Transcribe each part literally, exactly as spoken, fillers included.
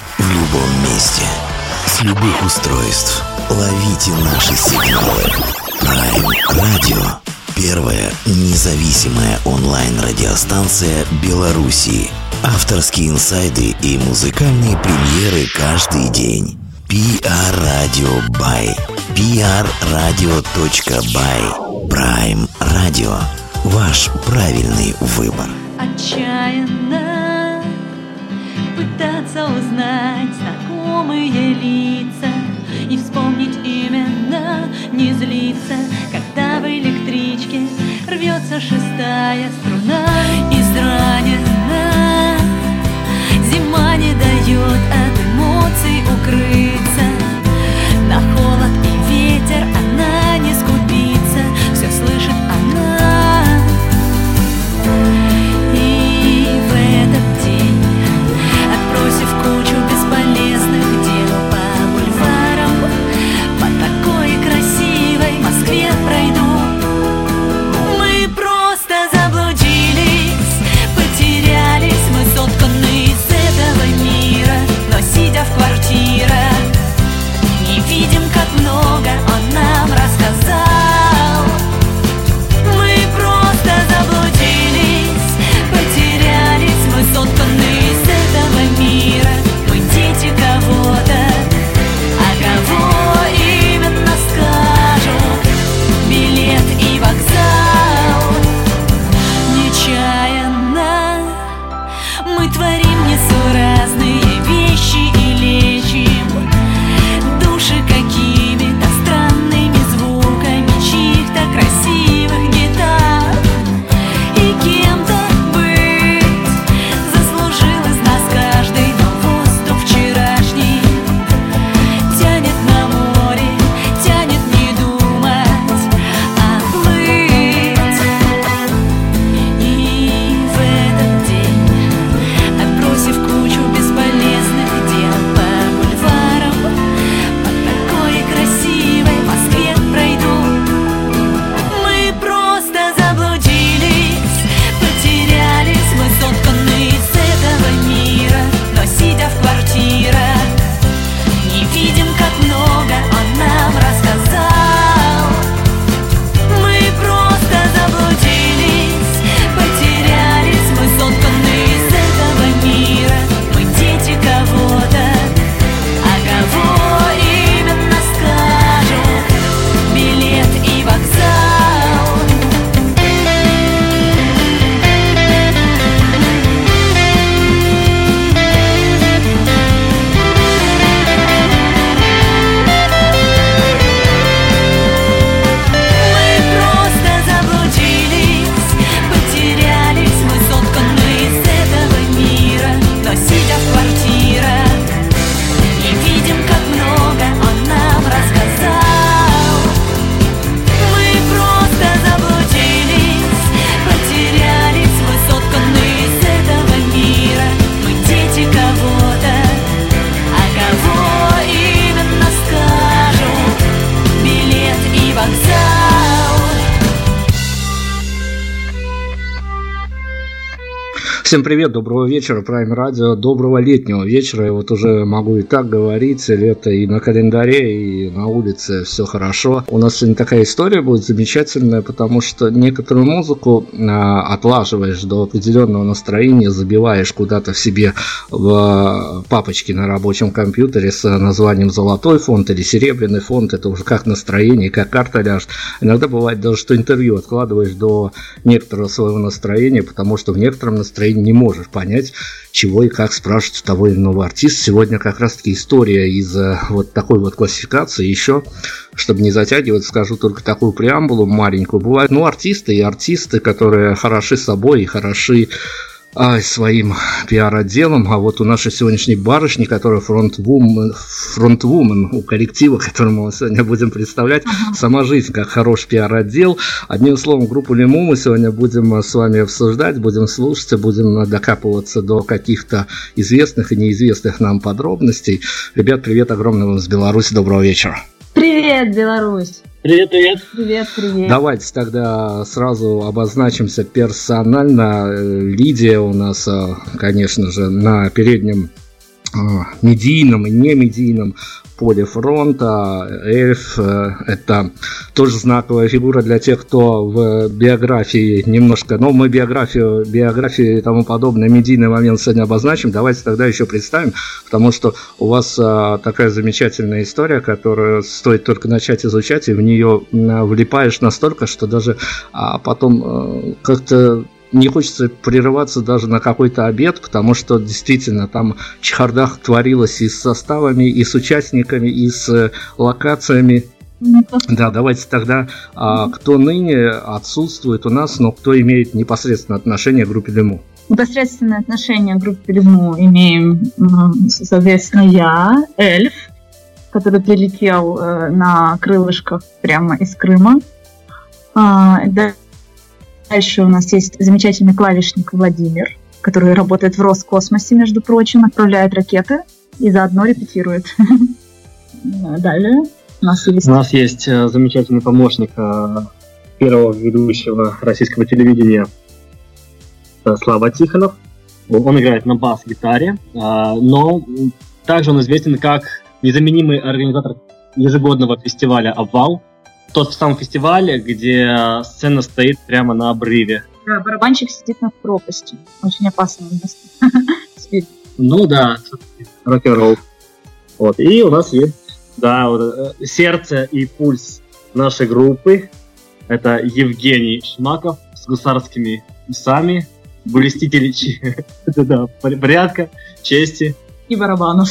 в любом месте, с любых устройств. Ловите наши сигналы. Prime Radio. Первая независимая онлайн-радиостанция Беларуси. Авторские инсайды и музыкальные премьеры каждый день. пи ар Radio by пи ар радио точка бай. Prime Radio. Ваш правильный выбор. Отчаянно пытаться узнать знакомые лица и вспомнить именно, не злиться, когда в электричке рвется шестая струна. Изранена, зима не дает от эмоций укрыться. На холод и ветер она не скупится, все слышит она. И в этот день, отбросив кучу бесполезных дел по бульварам, по такой красивой Москве пройду. Мы просто заблудились, потерялись, мы сотканы из этого мира, но сидя в квартирах, не видим, как много он нам рассказал. Мы просто заблудились, потерялись, мы сотканы из этого мира. Мы дети кого-то, а кого именно скажут билет и вокзал. Нечаянно мы творим несуразные вещи и лечим души какими-то странными звуками чьих-то красивых гитар. И кем-то быть заслужил из нас каждый, но воздух вчерашний тянет на море, тянет не думать, а плыть. И в этот день, отбросив кучу бесполезных дел по бульварам, по такой красивой Москве пройду. Мы просто заблудились, потерялись, мы сотканы из этого мира, но сидя в квартирах, не видим, как много он нам рассказал. Мы просто заблудились, потерялись, мы сотканы из этого мира. Мы дети кого-то, а кого именно скажут билет и вокзал. Мы просто заблудились, потерялись, мы сотканы из этого мира, но сидя в квартирах, не видим, как много он нам рассказал. Мы просто заблудились, потерялись, мы сотканы из этого мира. Мы дети кого-то, а кого именно скажут билет и вокзал. Всем привет, доброго вечера, Prime Radio, доброго летнего вечера. Я вот уже могу и так говорить, лето и на календаре, и на улице все хорошо. У нас сегодня такая история будет замечательная, потому что некоторую музыку а, отлаживаешь до определенного настроения, забиваешь куда-то в себе в папочке на рабочем компьютере с названием «Золотой фонд» или «Серебряный фонд». Это уже как настроение, как карта ляжет. Иногда бывает даже, что интервью откладываешь до некоторого своего настроения, потому что в некотором настроении не можешь понять, чего и как спрашивать у того или иного артиста. Сегодня как раз-таки история из вот такой вот классификации. Еще, чтобы не затягивать, скажу только такую преамбулу маленькую. Бывают, ну, артисты и артисты, которые хороши собой и хороши а, своим пиар-отделом. А вот у нашей сегодняшней барышни, которая фронтвумен, фронтвумен у коллектива, который мы сегодня будем представлять, uh-huh. сама жизнь как хороший пиар-отдел. Одним словом, группу Лему мы сегодня будем с вами обсуждать, будем слушать, будем докапываться до каких-то известных и неизвестных нам подробностей. Ребят, привет огромное вам из Беларуси, доброго вечера. Привет, Беларусь! Привет, привет. Привет, привет. Давайте тогда сразу обозначимся персонально. Лидия у нас, конечно же, на переднем медийном и немедийном поле фронта. Эльф — это тоже знаковая фигура для тех, кто в биографии немножко, но мы биографию, биографию и тому подобное, медийный момент сегодня обозначим. Давайте тогда еще представим, потому что у вас а, такая замечательная история, которую стоит только начать изучать, и в нее а, влипаешь настолько, что даже а, потом а, как-то не хочется прерываться даже на какой-то обед, потому что действительно там чехарда творилась и с составами, и с участниками, и с локациями. Да, давайте тогда, а, кто ныне отсутствует у нас, но кто имеет непосредственное отношение к группе Лему? Непосредственное отношение к группе Лему имеем, соответственно, я, Эльф, который прилетел на крылышках прямо из Крыма. Да. Дальше у нас есть замечательный клавишник Владимир, который работает в Роскосмосе, между прочим, отправляет ракеты и заодно репетирует. Далее у нас есть... У нас есть замечательный помощник первого ведущего российского телевидения Слава Тихонов. Он играет на бас-гитаре, но также он известен как незаменимый организатор ежегодного фестиваля «Обвал». Тот самый фестиваль, где сцена стоит прямо на обрыве. Да, барабанщик сидит над пропастью. Очень опасное место. Ну да, рок-н-ролл. Вот. И у нас есть, да, вот, сердце и пульс нашей группы. Это Евгений Шмаков с гусарскими усами, блюститель порядка, чести. И барабанов.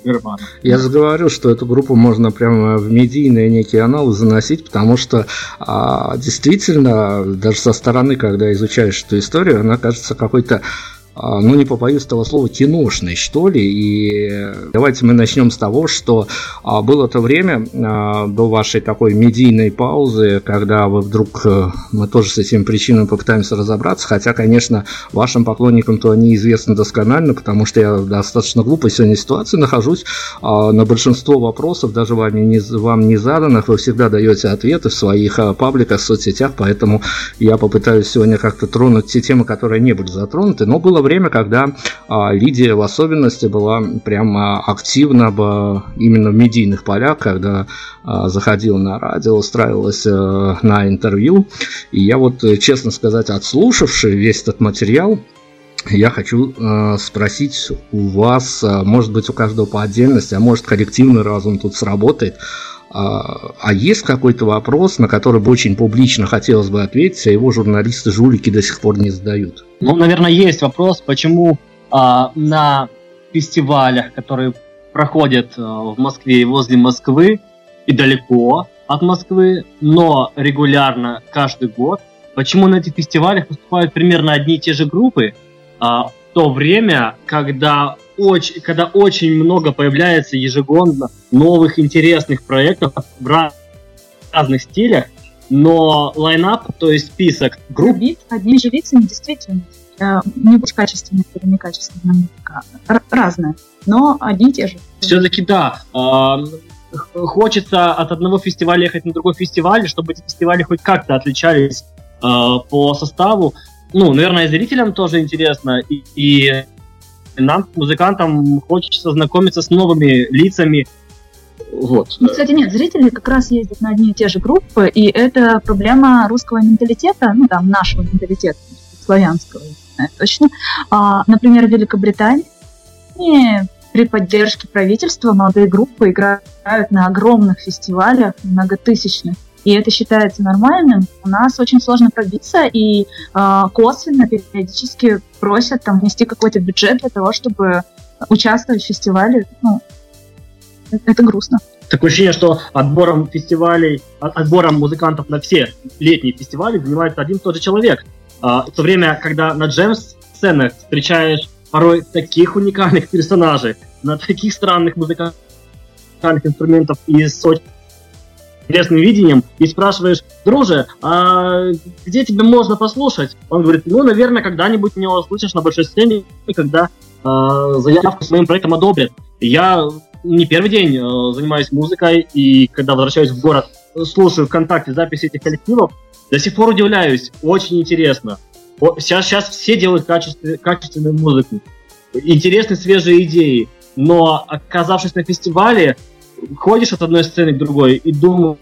Я же говорю, что эту группу можно прямо в медийные некие аналы заносить, потому что а, действительно, даже со стороны, когда изучаешь эту историю, она кажется какой-то, а, ну не побоюсь этого слова, киношной, что ли. И давайте мы начнем с того, что а, было то время а, до вашей такой медийной паузы, когда вы вдруг, мы тоже с этими причинами попытаемся разобраться, хотя, конечно, вашим поклонникам-то они известны досконально, потому что я в достаточно глупой сегодня ситуации нахожусь. А, на большинство вопросов, даже вами не, вам не заданных, вы всегда даете ответы в своих а, пабликах, в соцсетях, поэтому я попытаюсь сегодня как-то тронуть те темы, которые не были затронуты, но было время, когда а, Лидия в особенности была прямо активна в, именно в медийных полях, когда а, заходила на радио, устраивалась а, на интервью. И я вот, честно сказать, отслушавший весь этот материал, я хочу э, спросить у вас, а, может быть, у каждого по отдельности, а может, коллективный разум тут сработает. А, а есть какой-то вопрос, на который бы очень публично хотелось бы ответить, а его журналисты-жулики до сих пор не задают? Ну, наверное, есть вопрос, почему а, на фестивалях, которые проходят а, в Москве и возле Москвы, и далеко от Москвы, но регулярно каждый год, почему на этих фестивалях выступают примерно одни и те же группы, а, в то время, когда очень, когда очень много появляется ежегодно новых интересных проектов в разных стилях, но лайнап, то есть список групп... Одни же лицами действительно не быть качественной или некачественная музыка. Р- разная, но одни и те же. Все-таки да. Э- хочется от одного фестиваля ехать на другой фестиваль, чтобы эти фестивали хоть как-то отличались э- по составу. Ну, наверное, и зрителям тоже интересно, и, и нам, музыкантам, хочется знакомиться с новыми лицами. Вот. Ну, кстати, нет, зрители как раз ездят на одни и те же группы, и это проблема русского менталитета, ну, там, нашего менталитета, славянского, не знаю точно. А, например, в Великобритании при поддержке правительства молодые группы играют на огромных фестивалях, многотысячных, и это считается нормальным. У нас очень сложно пробиться, и э, косвенно периодически просят там внести какой-то бюджет для того, чтобы участвовать в фестивале. Ну, это, это грустно. Такое ощущение, что отбором фестивалей, отбором музыкантов на все летние фестивали занимается один и тот же человек. А, в то время, когда на джем-сценах встречаешь порой таких уникальных персонажей, на таких странных музыкальных инструментов и с очень интересным видением, и спрашиваешь: друже, а где тебе можно послушать? Он говорит: ну, наверное, когда-нибудь меня услышишь на большой сцене, когда э, заявку с моим проектом одобрят. Я не первый день э, занимаюсь музыкой, и когда возвращаюсь в город, слушаю ВКонтакте записи этих коллективов, до сих пор удивляюсь, очень интересно. О, сейчас, сейчас все делают качественную, качественную музыку, интересные свежие идеи. но оказавшись на фестивале, ходишь от одной сцены к другой и думаешь,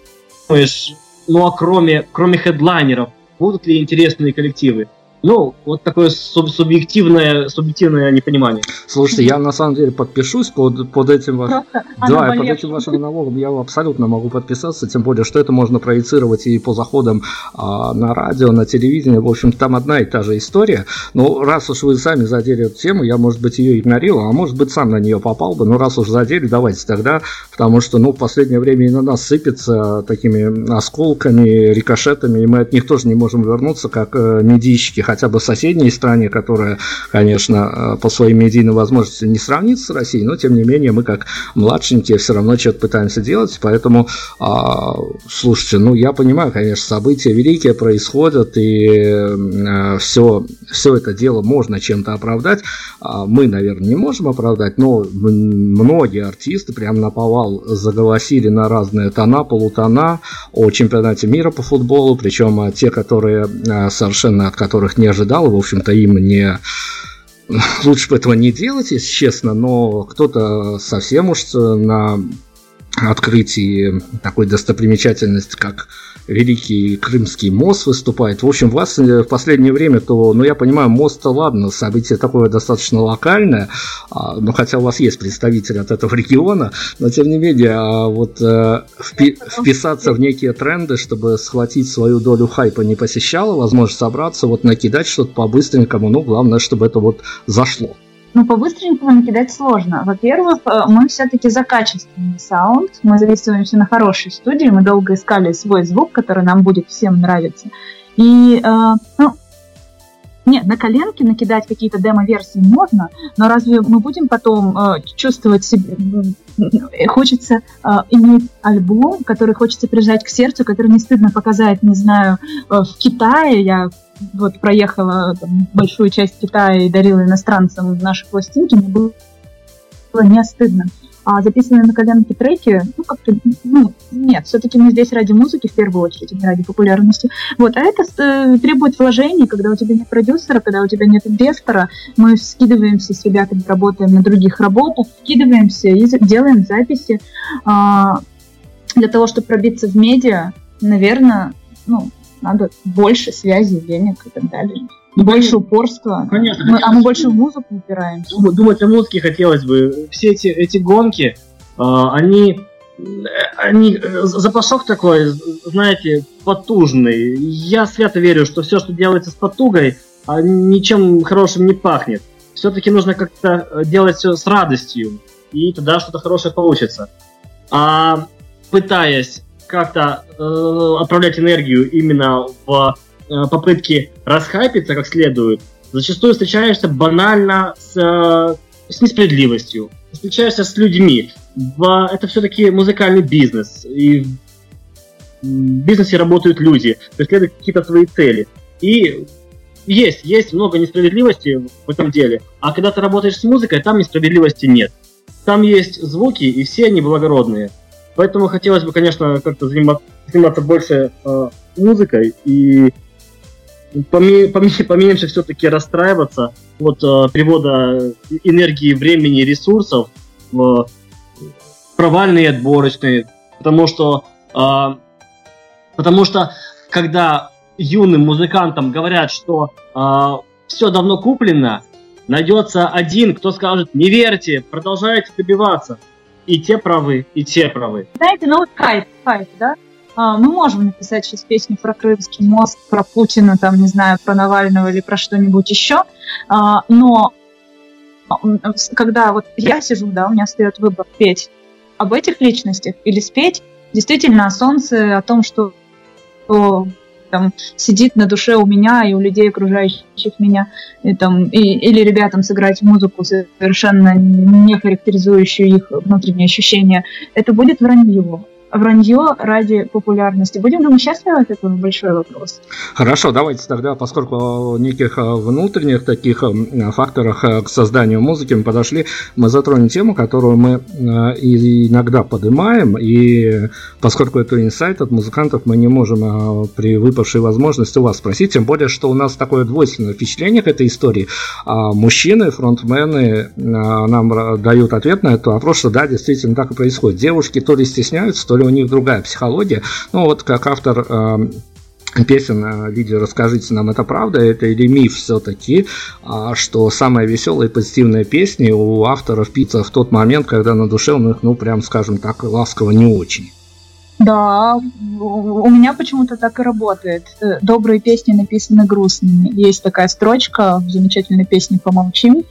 ну а кроме, кроме хедлайнеров, будут ли интересные коллективы? Ну, вот такое суб- субъективное, субъективное непонимание. Слушайте, я на самом деле подпишусь под, под этим вашим... Да, под этим вашим монологом я абсолютно могу подписаться, тем более, что это можно проецировать и по заходам а, на радио, на телевидение. В общем, там одна и та же история. Но раз уж вы сами задели эту тему, я, может быть, ее игнорировал, а может быть, сам на нее попал бы. Но раз уж задели, давайте тогда, потому что, ну, в последнее время и на нас сыпется такими осколками, рикошетами, и мы от них тоже не можем вернуться, как э, медийщики, хотя бы в соседней стране, которая, конечно, по своим медийным возможностям не сравнится с Россией, но, тем не менее, мы, как младшенькие, все равно что-то пытаемся делать, поэтому, а, слушайте, ну, я понимаю, конечно, события великие происходят, и а, все, все это дело можно чем-то оправдать, а, мы, наверное, не можем оправдать, но многие артисты прям наповал заголосили на разные тона, полутона о чемпионате мира по футболу, причем те, которые а, совершенно от которых не ожидал, в общем-то, им не... Лучше бы этого не делать, если честно, но кто-то совсем уж на открытии такой достопримечательности, как Великий Крымский мост выступает. В общем, у вас в последнее время, то, ну, я понимаю, мост-то ладно, событие такое достаточно локальное, а, ну, хотя у вас есть представитель от этого региона, но, тем не менее, а, вот а, впи- вписаться в некие тренды, чтобы схватить свою долю хайпа не посещало, возможно, собраться, вот накидать что-то по-быстренькому, ну, главное, чтобы это вот зашло. Ну, по-быстренькому накидать сложно. Во-первых, мы все-таки за качественный саунд, мы записываемся на хорошей студии, мы долго искали свой звук, который нам будет всем нравиться. И, э, ну, нет, на коленке накидать какие-то демо-версии можно, но разве мы будем потом э, чувствовать себя... Хочется э, иметь альбом, который хочется прижать к сердцу, который не стыдно показать, не знаю, э, в Китае. Я вот проехала там, большую часть Китая и дарила иностранцам наши пластинки, мне было, было не стыдно. А записанные на коленке треки, ну, как-то, ну, нет, все-таки мы здесь ради музыки, в первую очередь, не ради популярности. Вот, а это э, требует вложений, когда у тебя нет продюсера, когда у тебя нет инвестора, мы скидываемся с ребятами, работаем на других работах, скидываемся и делаем записи. А, для того, чтобы пробиться в медиа, наверное, ну, надо больше связей, денег и так далее. Ну, больше упорства. Конечно. Мы, а мы больше в музыку упираемся. Думать о музыке хотелось бы. Все эти, эти гонки, э, они, они запашок такой, знаете, потужный. Я свято верю, что все, что делается с потугой, ничем хорошим не пахнет. Все-таки нужно как-то делать все с радостью, и тогда что-то хорошее получится. А пытаясь как-то э, отправлять энергию именно в э, попытке расхайпиться как следует, зачастую встречаешься банально с, э, с несправедливостью, встречаешься с людьми. В, это все-таки музыкальный бизнес, и в бизнесе работают люди, преследуют какие-то свои цели. И есть, есть много несправедливости в этом деле, а когда ты работаешь с музыкой, там несправедливости нет. Там есть звуки, и все они благородные. Поэтому хотелось бы, конечно, как-то заниматься, заниматься больше э, музыкой и поме- поме- поменьше все-таки расстраиваться от э, привода энергии, времени, ресурсов в провальные отборочные. Потому что, э, потому что когда юным музыкантам говорят, что э, все давно куплено, найдется один, кто скажет: не верьте, продолжайте добиваться. И те правы, и те правы. Знаете, ну вот хайп, хайп, да? А, мы можем написать сейчас песню про Крымский мост, про Путина, там, не знаю, про Навального или про что-нибудь еще, а, но когда вот я сижу, да, у меня встает выбор петь об этих личностях или спеть действительно о солнце, о том, что, что там сидит на душе у меня и у людей, окружающих меня, и, там, и, или ребятам сыграть музыку, совершенно не характеризующую их внутренние ощущения, это будет вранье. вранье ради популярности. Будем ли мы счастливы от этого? Большой вопрос. Хорошо, давайте тогда, поскольку о неких внутренних таких факторах к созданию музыки мы подошли, мы затронем тему, которую мы иногда поднимаем, и поскольку это инсайт от музыкантов, мы не можем при выпавшей возможности у вас спросить, тем более, что у нас такое двойственное впечатление к этой истории. Мужчины, фронтмены нам дают ответ на этот вопрос, что да, действительно так и происходит. Девушки то ли стесняются, то ли у них другая психология. Ну вот как автор э, песен Лидия, расскажите нам, это правда, это или миф все-таки, а, что самые веселые и позитивные песни у авторов пишутся в тот момент, когда на душе у них, ну прям скажем так, ласково не очень? Да, у меня почему-то так и работает. Добрые песни написаны грустными. Есть такая строчка в замечательной песне «Помолчим».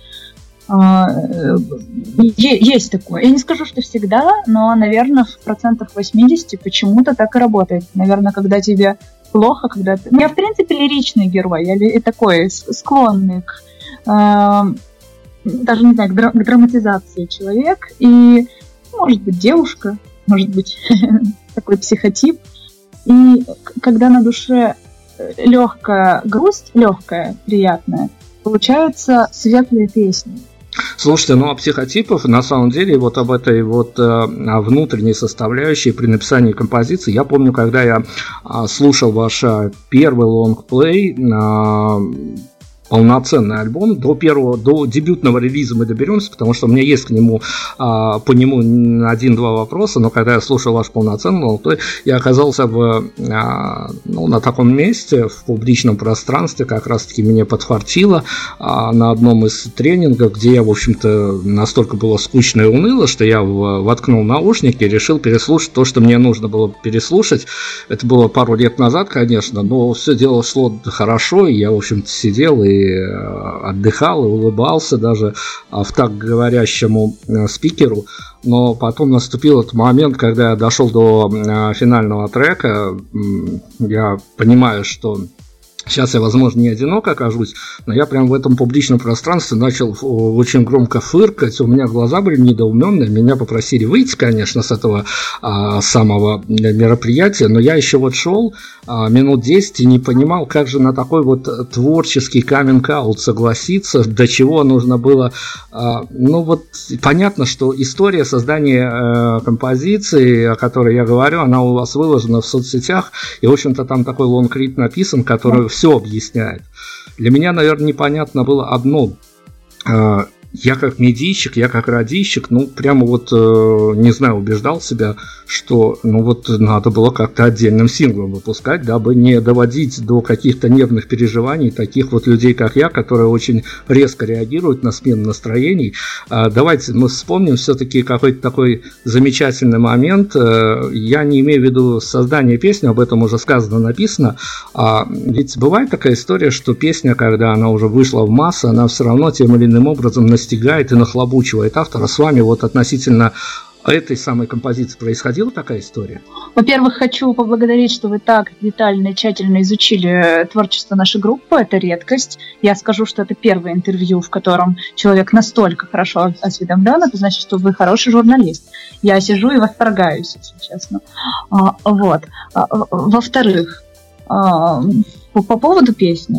Есть такое. Я не скажу, что всегда, но, наверное, в процентах восемьдесят почему-то так и работает. Наверное, когда тебе плохо, когда ты... Я, в принципе, лиричный герой. Я такой склонный к... Даже, не знаю, к, дра- к драматизации человек. И, может быть, девушка, может быть, такой психотип. И когда на душе легкая грусть, легкая, приятная, получаются светлые песни. Слушайте, ну а психотипов, на самом деле, вот об этой вот э, внутренней составляющей при написании композиции, я помню, когда я э, слушал ваш первый лонгплей, э, полноценный альбом, до первого, до дебютного релиза мы доберемся, потому что у меня есть к нему, а, по нему один-два вопроса, но когда я слушал ваш полноценный лонгплей, я оказался в, а, ну, на таком месте, в публичном пространстве, как раз-таки мне подфартило а, на одном из тренингов, где я, в общем-то, настолько было скучно и уныло, что я в, воткнул наушники и решил переслушать то, что мне нужно было переслушать. Это было пару лет назад, конечно, но все дело шло хорошо, и я, в общем-то, сидел и отдыхал и улыбался даже в так говорящему спикеру, но потом наступил этот момент, когда я дошел до финального трека, я понимаю, что сейчас я, возможно, не одинок окажусь, но я прям в этом публичном пространстве начал очень громко фыркать, у меня глаза были недоуменные, меня попросили выйти, конечно, с этого а, самого мероприятия, но я еще вот шел а, минут десять и не понимал, как же на такой вот творческий каминг-аут согласиться, до чего нужно было, а, ну вот понятно, что история создания а, композиции, о которой я говорю, она у вас выложена в соцсетях, и, в общем-то, там такой лонгрид написан, который все объясняет. Для меня, наверное, непонятно было одно. Я как медийщик, я как радийщик, ну, прямо вот, не знаю, убеждал себя, что, ну, вот надо было как-то отдельным синглом выпускать, дабы не доводить до каких-то нервных переживаний таких вот людей, как я, которые очень резко реагируют на смену настроений. Давайте мы вспомним все-таки какой-то такой замечательный момент. Я не имею в виду создание песни, об этом уже сказано, написано. Ведь бывает такая история, что песня, когда она уже вышла в массы, она все равно тем или иным образом настигает и нахлобучивает автора. С вами вот относительно этой самой композиции происходила такая история? Во-первых, хочу поблагодарить, что вы так детально и тщательно изучили творчество нашей группы. Это редкость. Я скажу, что это первое интервью, в котором человек настолько хорошо осведомлен. Это значит, что вы хороший журналист. Я сижу и восторгаюсь, если честно. А, вот. А, во-вторых, а, по, по поводу песни.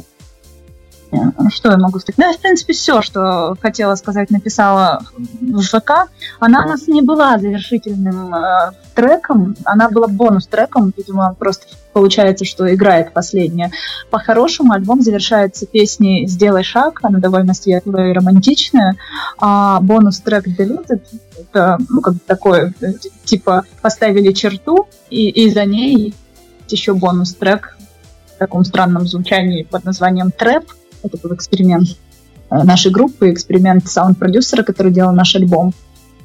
Что я могу сказать? Ну, я, в принципе, все, что хотела сказать, написала в ЖК. Она у нас не была завершительным э, треком, она была бонус-треком, видимо, просто получается, что играет последняя. По-хорошему, альбом завершается песней «Сделай шаг», она довольно светлая и романтичная, а бонус-трек «Deleted» — это, ну, как бы такое, типа, поставили черту, и, и за ней еще бонус-трек в таком странном звучании под названием «Трэп». Это был эксперимент нашей группы, эксперимент саунд-продюсера, который делал наш альбом.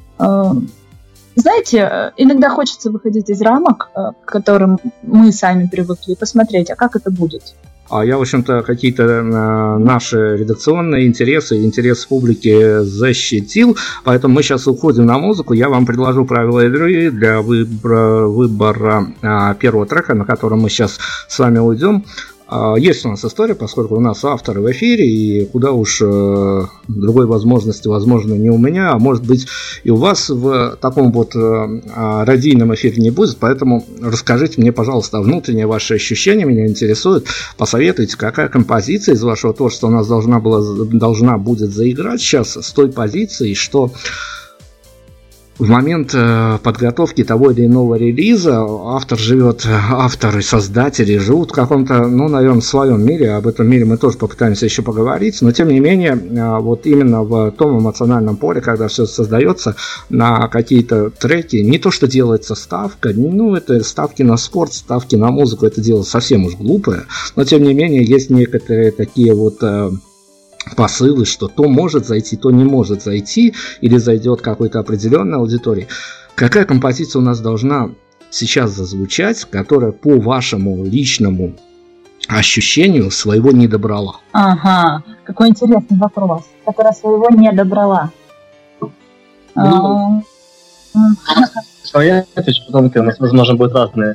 Знаете, иногда хочется выходить из рамок, к которым мы сами привыкли, и посмотреть, а как это будет. А я, в общем-то, какие-то наши редакционные интересы, интересы публики защитил, поэтому мы сейчас уходим на музыку. Я вам предложу правила игры для выбора, выбора первого трека, на котором мы сейчас с вами уйдем. Есть у нас история, поскольку у нас авторы в эфире, и куда уж другой возможности, возможно, не у меня, а может быть и у вас в таком вот радийном эфире не будет, поэтому расскажите мне, пожалуйста, внутренние ваши ощущения, меня интересует, посоветуйте, какая композиция из вашего творчества у нас должна, была, должна будет заиграть сейчас с той позицией, что в момент подготовки того или иного релиза автор живет, авторы, создатели живут в каком-то, ну, наверное, в своем мире. Об этом мире мы тоже попытаемся еще поговорить. Но, тем не менее, вот именно в том эмоциональном поле, когда все создается на какие-то треки, не то, что делается ставка, ну, это ставки на спорт, ставки на музыку, это дело совсем уж глупое. Но, тем не менее, есть некоторые такие вот посылы, что то может зайти, то не может зайти, или зайдет какой-то определенной аудитории. Какая композиция у нас должна сейчас зазвучать, которая по вашему личному ощущению своего не добрала? Ага, какой интересный вопрос. Которая своего не добрала. Ну, своя отвечу, потом у нас, возможно, будут разные.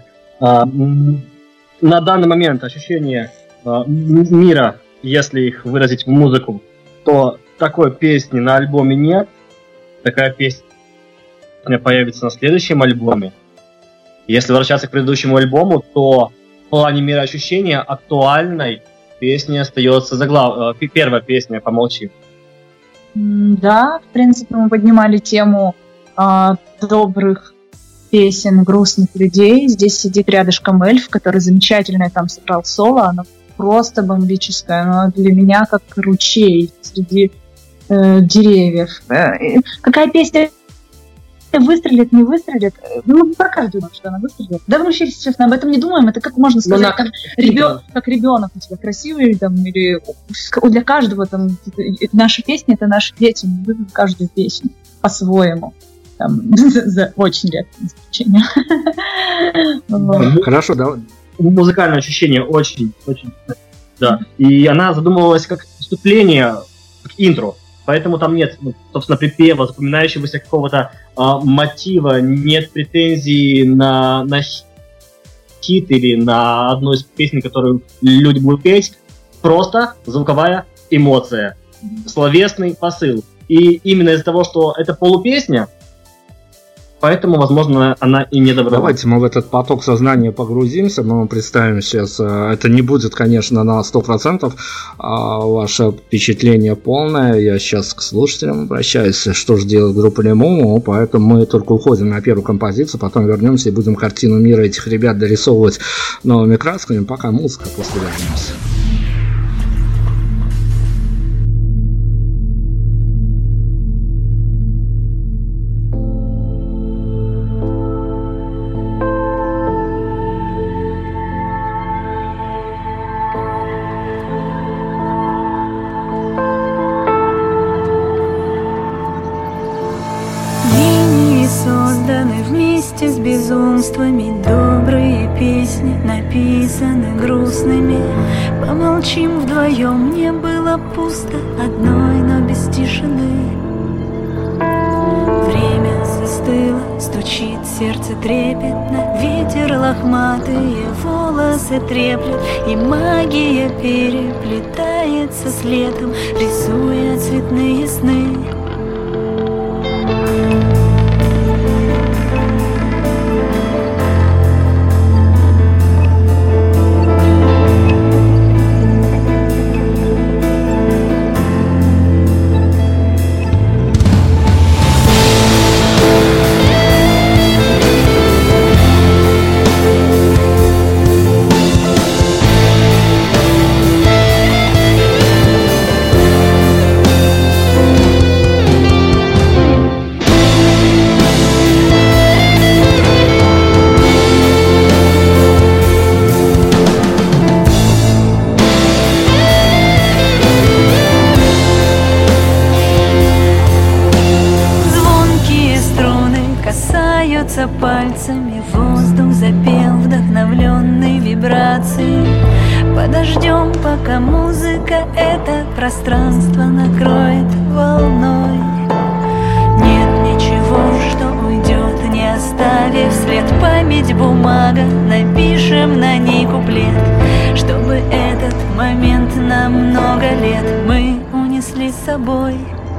На данный момент ощущение мира, если их выразить в музыку, то такой песни на альбоме нет. Такая песня появится на следующем альбоме. Если возвращаться к предыдущему альбому, то в плане мироощущения актуальной песней остается заглав... первая песня «Помолчи». Да, в принципе, мы поднимали тему а, добрых песен грустных людей. Здесь сидит рядышком эльф, который замечательно там сыграл соло. Оно просто бомбическая, но для меня как ручей среди э, деревьев. Э, какая песня выстрелит, не выстрелит? Ну, про каждую, что она выстрелит. Да, мы вообще, честно, об этом не думаем. Это как можно сказать, ну, как, ребен, как ребенок у тебя красивый, там, или для каждого там, наши песни — это наши дети, мы любим каждую песню по-своему. Там, за очень редким исключением. Хорошо, давай. Музыкальное ощущение очень, очень, да. И она задумывалась как вступление, как интро. Поэтому там нет, собственно, припева, запоминающегося какого-то а, мотива, нет претензий на, на хит или на одну из песен, которую люди будут петь. Просто звуковая эмоция, словесный посыл. И именно из-за того, что это полупесня, поэтому, возможно, она и не добралась. Давайте мы в этот поток сознания погрузимся. Мы вам представим сейчас. Это не будет, конечно, на сто процентов ваше впечатление полное. Я сейчас к слушателям обращаюсь. Что же делает группа Лимому? Поэтому мы только уходим на первую композицию, потом вернемся и будем картину мира этих ребят дорисовывать новыми красками. Пока музыка, после вернемся. С безумствами добрые песни написаны грустными. Помолчим вдвоем, мне было пусто одной, но без тишины. Время застыло, стучит сердце трепетно, ветер лохматые волосы треплет, и магия переплетается с летом, рисуя цветные сны. Пальцами воздух запел, вдохновленный вибрацией. Подождем, пока музыка это пространство накроет волной. Нет ничего, что уйдет, не оставив след. Память бумага, напишем на ней куплет, чтобы это собой.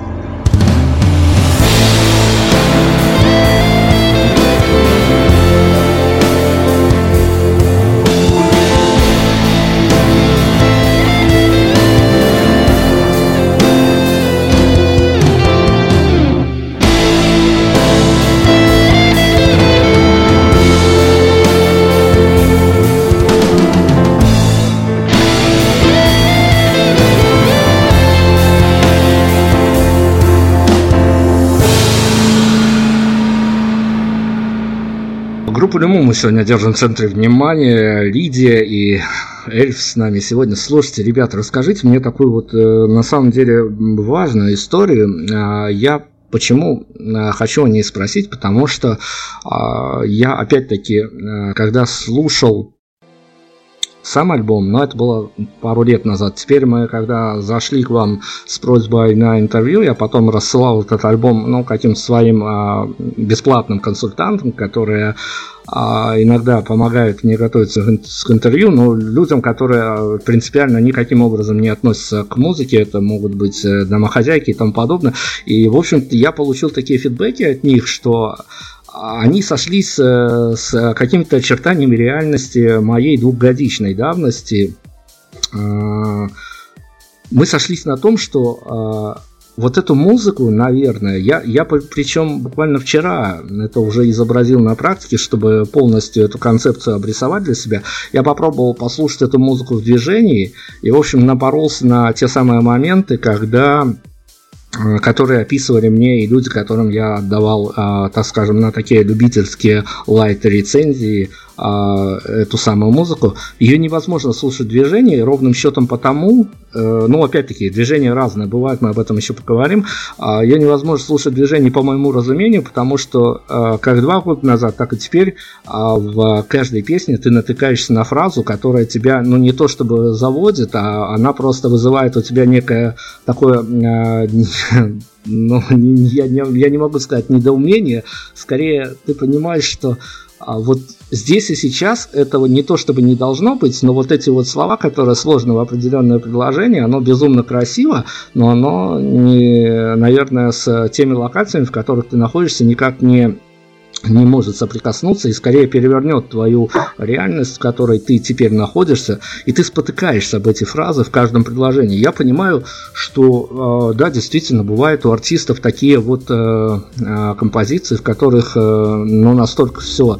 Группу Лиму мы сегодня держим в центре внимания. Лидия и Эльф с нами сегодня. Слушайте, ребята, расскажите мне такую вот, на самом деле, важную историю. Я почему хочу о ней спросить, потому что я, опять-таки, когда слушал сам альбом, но это было пару лет назад. Теперь мы, когда зашли к вам с просьбой на интервью, я потом рассылал этот альбом, ну, каким-то своим а, бесплатным консультантам, которые а, иногда помогают мне готовиться к интервью, но людям, которые принципиально никаким образом не относятся к музыке, это могут быть домохозяйки и тому подобное. И, в общем-то, я получил такие фидбэки от них, что они сошлись с какими-то очертаниями реальности моей двухгодичной давности. Мы сошлись на том, что вот эту музыку, наверное, я, я причем буквально вчера это уже изобразил на практике, чтобы полностью эту концепцию обрисовать для себя. Я попробовал послушать эту музыку в движении и, в общем, напоролся на те самые моменты, когда... которые описывали мне и люди, которым я отдавал, а, так скажем, на такие любительские лайт-рецензии а, эту самую музыку. Ее невозможно слушать в движении, ровным счетом потому, э, ну, опять-таки, движения разные бывают, мы об этом еще поговорим, а, ее невозможно слушать в движении, по моему разумению, потому что а, как два года назад, так и теперь а, в каждой песне ты натыкаешься на фразу, которая тебя, ну, не то чтобы заводит, а она просто вызывает у тебя некое такое... А, ну, я не, я не могу сказать недоумение, скорее ты понимаешь, что а, вот здесь и сейчас этого не то чтобы не должно быть, но вот эти вот слова, которые сложны в определенное предложение, оно безумно красиво, но оно, не, наверное, с теми локациями, в которых ты находишься, никак не... не может соприкоснуться и скорее перевернет твою реальность, в которой ты теперь находишься, и ты спотыкаешься об эти фразы в каждом предложении. Я понимаю, что, да, действительно, бывают у артистов такие вот композиции, в которых, ну, настолько все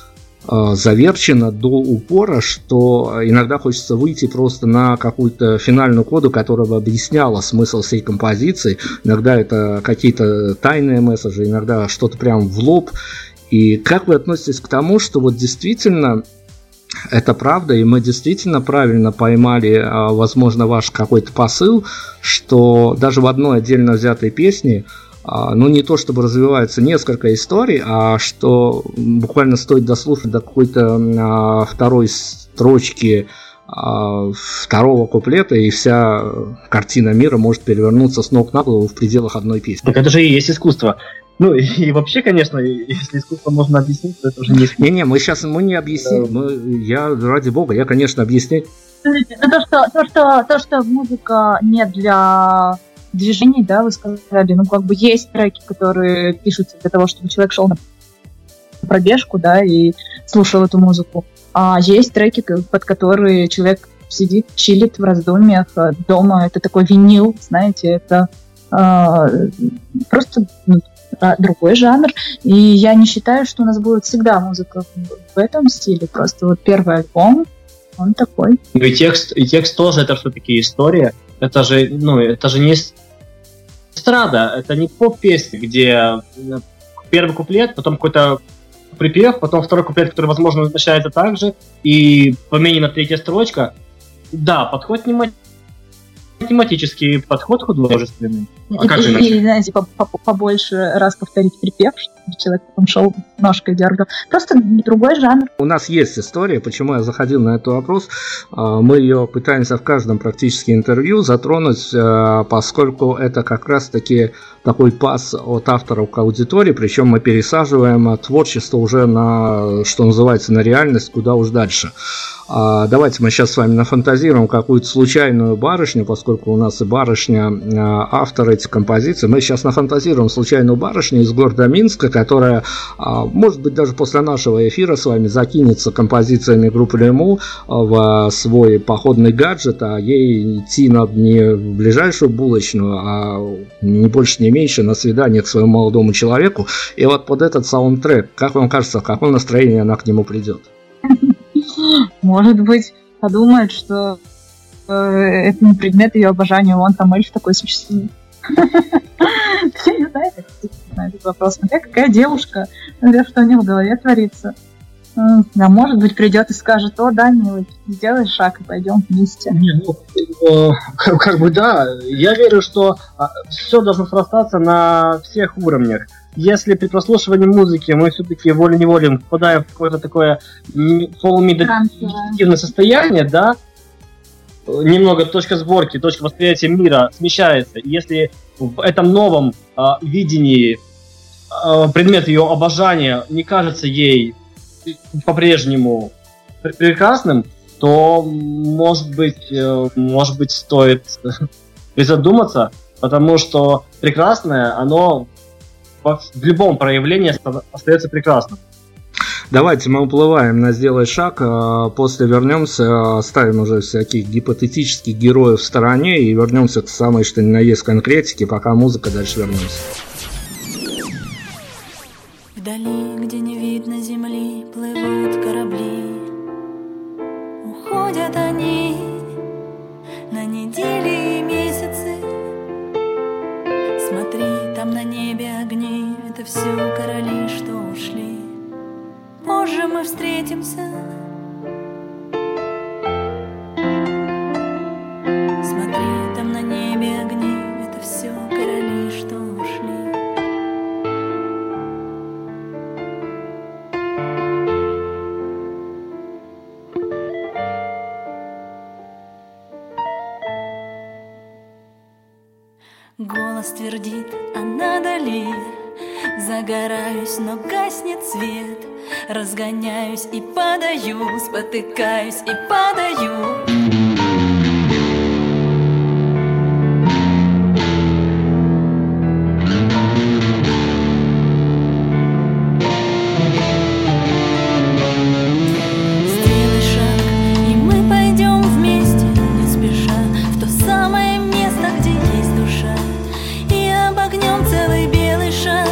заверчено до упора, что иногда хочется выйти просто на какую-то финальную коду, которая бы объясняла смысл всей композиции. Иногда это какие-то тайные месседжи, иногда что-то прям в лоб. И как вы относитесь к тому, что вот действительно это правда, и мы действительно правильно поймали, возможно, ваш какой-то посыл, что даже в одной отдельно взятой песне, ну, не то чтобы развивается несколько историй, а что буквально стоит дослушать до какой-то а, второй строчки а, второго куплета, и вся картина мира может перевернуться с ног на голову в пределах одной песни. Так это же и есть искусство. Ну, и, и вообще, конечно, если искусство можно объяснить, то это уже не искусство. Не-не, мы сейчас мы не объясним. Мы, я, ради бога, я, конечно, объяснять. То, что, то, что, то, что музыка не для... движений, да, вы сказали, ну, как бы есть треки, которые пишутся для того, чтобы человек шел на пробежку, да, и слушал эту музыку, а есть треки, под которые человек сидит, чилит в раздумьях дома, это такой винил, знаете, это э, просто ну, другой жанр, и я не считаю, что у нас будет всегда музыка в этом стиле, просто вот первый альбом, он такой. Ну и текст, и текст тоже, это все-таки история, это же, ну, это же не эстрада, это не поп-песня, где первый куплет, потом какой-то припев, потом второй куплет, который, возможно, начинается так же, и поменена третья строчка. Да, подход не тематический, подход художественный. А и, как же и, и, знаете, побольше раз повторить припев, чтобы человек потом шел ножкой дергал. Просто другой жанр. У нас есть история, почему я заходил на этот вопрос. Мы ее пытаемся в каждом практически интервью затронуть, поскольку это как раз-таки такой пас от автора к аудитории, причем мы пересаживаем творчество уже на, что называется, на реальность, куда уж дальше. А, давайте мы сейчас с вами нафантазируем какую-то случайную барышню, поскольку у нас и барышня а, автор этих композиций. Мы сейчас нафантазируем случайную барышню из города Минска, которая, а, может быть, даже после нашего эфира с вами закинется композициями группы Лему в свой походный гаджет, а ей идти надо не в ближайшую булочную, а не больше, не меньше на свидание к своему молодому человеку. И вот под этот саундтрек, как вам кажется, в каком настроении она к нему придет? Может быть, подумает, что э, это не предмет ее обожания, вон там эльф такой существует. Все не знают этот вопрос. Смотря какая девушка, что у нее в голове творится. Да, может быть, придет и скажет: о, да, милый, сделай шаг и пойдем вместе. Не, ну, э, как, как бы да, я верю, что а, все должно срастаться на всех уровнях. Если при прослушивании музыки мы все-таки волей-неволей впадаем в какое-то такое полумедитативное состояние, да, немного точка сборки, точка восприятия мира смещается. Если в этом новом а, видении а, предмет ее обожания не кажется ей по-прежнему прекрасным, то, может быть, может быть, стоит призадуматься, потому что прекрасное, оно в любом проявлении остается прекрасным. Давайте мы уплываем на «Сделай шаг», после вернемся, оставим уже всяких гипотетических героев в стороне и вернемся к самой что ни на есть конкретике, пока музыка, дальше вернемся. Вдали, где не видно земли, плывут корабли. Уходят они на недели и месяцы. Смотри, там на небе огни, это все короли, что ушли. Позже мы встретимся. Смотри, там на небе огни, это все короли, что ушли. Голос твердит, а надали. Загораюсь, но гаснет свет. Разгоняюсь и падаю, спотыкаюсь и падаю. Сделай шаг, и мы пойдем вместе, не спеша, в то самое место, где есть душа, и обогнем целый белый шар.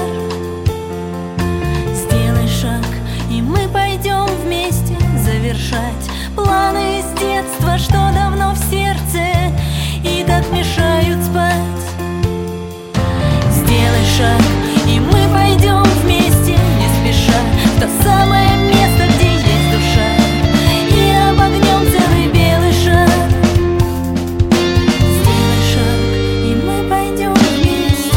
Сделай шаг, и мы пойдем вместе завершать планы из детства, что давно в сердце и так мешают спать. Сделай шаг, и мы пойдем вместе, не спеша, в то самое место, где есть душа, и обогнем целый белый шар. Сделай шаг, и мы пойдем вместе.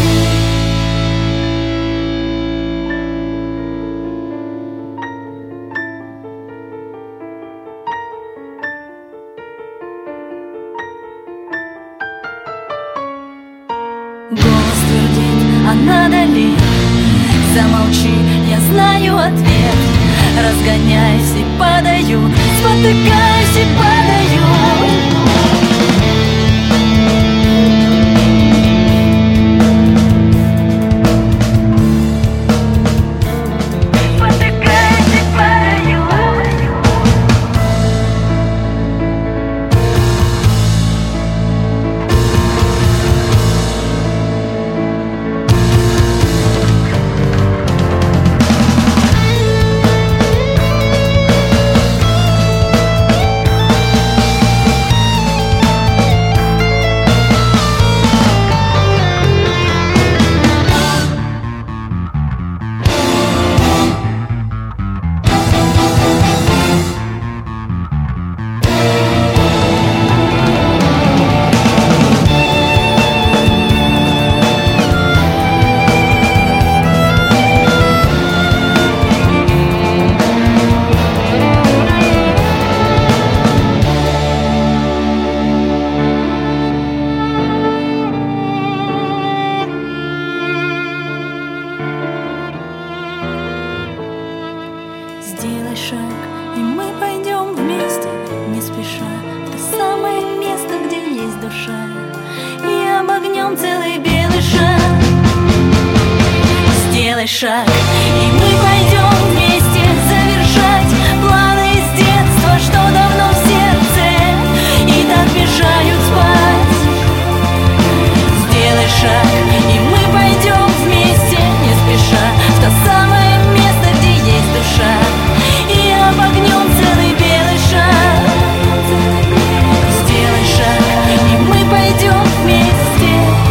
Голос твердит, а надо ли? Замолчи, я знаю ответ. Разгоняюсь и падаю, спотыкаюсь и падаю. Спотыкаюсь и падаю. Сделай шаг, и мы пойдем вместе, душа, и обогнем целый белый шаг. Сделай шаг, и мы пойдем вместе завершать планы из детства, что давно в сердце и так мешают спать. Сделай шаг, и мы пойдем вместе, не спеша, в то самое место, где есть душа, и обогнем целый белый шаг. Сделай шаг, и мы пойдем вместе.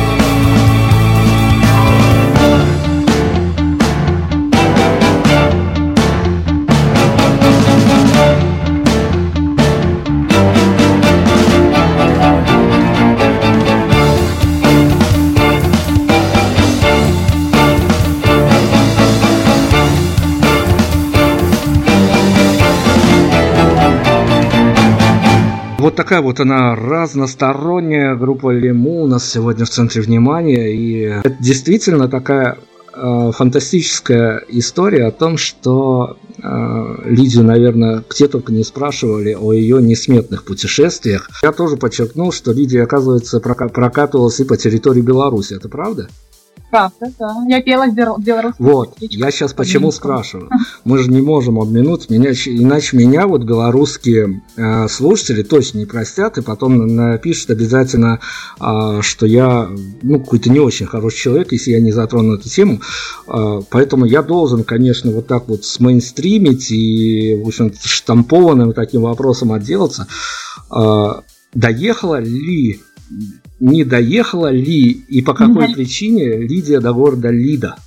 Вот такая вот она разносторонняя группа Лему у нас сегодня в центре внимания. И это действительно такая э, фантастическая история о том, что э, Лидию, наверное, где только не спрашивали о ее несметных путешествиях. Я тоже подчеркнул, что Лидия, оказывается, прока- прокатывалась и по территории Беларуси. Это правда? Правда, да. Я пела в бел- белорусском. Вот, я сейчас почему спрашиваю. Мы же не можем обминуть, меня, иначе меня вот белорусские э, слушатели точно не простят, и потом напишут обязательно, э, что я ну, какой-то не очень хороший человек, если я не затрону эту тему. Э, поэтому я должен, конечно, вот так вот смейнстримить и, в общем, штампованным таким вопросом отделаться. Э, доехала ли... Не доехала ли и по какой mm-hmm. причине Лидия до города Лида?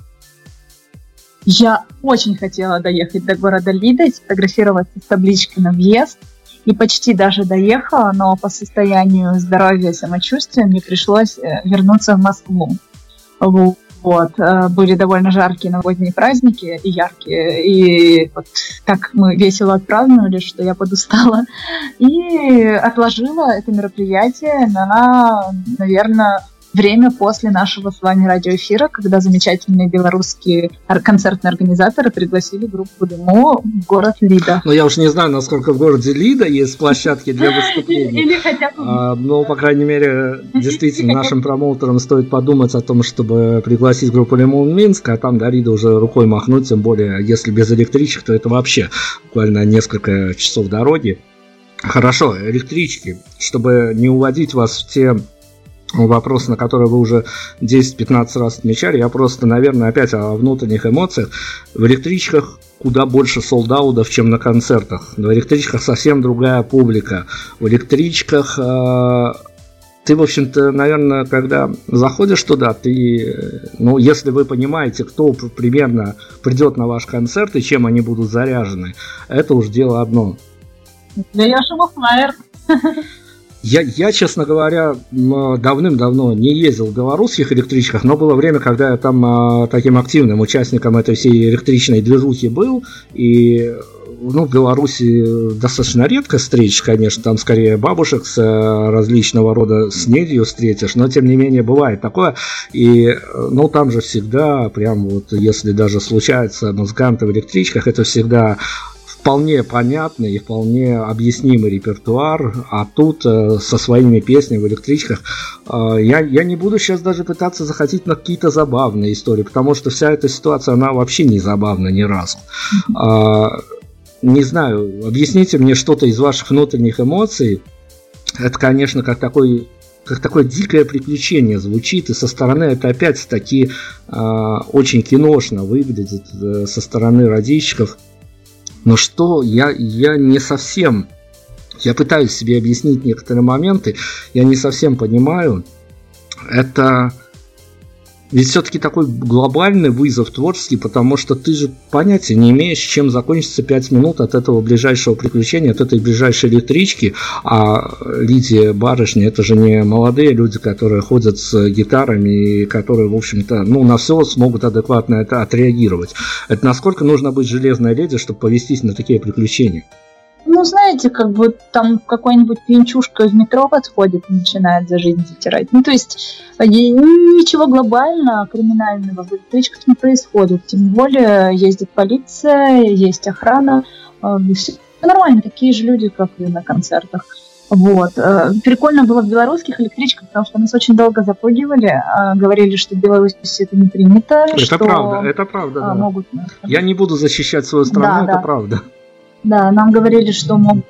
Я очень хотела доехать до города Лида и сфотографироваться с табличкой на въезд. И почти даже доехала, но по состоянию здоровья и самочувствия мне пришлось вернуться в Москву. Вот. Были довольно жаркие новогодние праздники и яркие. И вот так мы весело отпраздновали, что я подустала. И отложила это мероприятие на, наверное, время после нашего с вами радиоэфира, когда замечательные белорусские концертные организаторы пригласили группу Лему в город Лида. Ну, я уж не знаю, насколько в городе Лида есть площадки для выступлений. Или хотя бы... А, но, по крайней мере, действительно, нашим промоутерам стоит подумать о том, чтобы пригласить группу Лему в Минск, а там до Лида уже рукой махнуть, тем более, если без электричек, то это вообще буквально несколько часов дороги. Хорошо, электрички, чтобы не уводить вас в те... вопрос, на который вы уже десять-пятнадцать раз отмечали, я просто, наверное, опять о внутренних эмоциях. В электричках куда больше солдаудов, чем на концертах. В электричках совсем другая публика. В электричках э, ты, в общем-то, наверное, когда заходишь туда, ты, ну, если вы понимаете, кто примерно придет на ваш концерт и чем они будут заряжены, это уж дело одно. Даешь ему флаер. Я, я, честно говоря, давным-давно не ездил в белорусских электричках, но было время, когда я там а, таким активным участником этой всей электричной движухи был, и ну, в Беларуси достаточно редко встреч, конечно, там скорее бабушек с различного рода снедью встретишь, но тем не менее бывает такое, и ну, там же всегда, прям вот, если даже случаются музыканты в электричках, это всегда... вполне понятный и вполне объяснимый репертуар, а тут э, со своими песнями в электричках э, я, я не буду сейчас даже пытаться заходить на какие-то забавные истории, потому что вся эта ситуация, она вообще не забавна ни разу. Э, не знаю, объясните мне что-то из ваших внутренних эмоций. Это, конечно, как такой... как такое дикое приключение звучит, и со стороны это опять-таки э, очень киношно выглядит э, со стороны радищиков. Но что я, я не совсем, я пытаюсь себе объяснить некоторые моменты, я не совсем понимаю, это ведь все-таки такой глобальный вызов творческий, потому что ты же понятия не имеешь, чем закончится пять минут от этого ближайшего приключения, от этой ближайшей электрички, а Лидия, барышни, это же не молодые люди, которые ходят с гитарами и которые, в общем-то, ну, на все смогут адекватно это отреагировать. Это насколько нужно быть железной леди, чтобы повестись на такие приключения? Ну, знаете, как бы там какой-нибудь пьянчушка в метро подходит и начинает за жизнь затирать. Ну, то есть ничего глобального, криминального в электричках не происходит. Тем более ездит полиция, есть охрана. Все нормально, такие же люди, как и на концертах. Вот. Прикольно было в белорусских электричках, потому что нас очень долго запугивали, говорили, что в Беларуси это не принято. Это что правда, это правда, да. Могут... Я не буду защищать свою страну, да, это да. правда. Да, нам говорили, что могут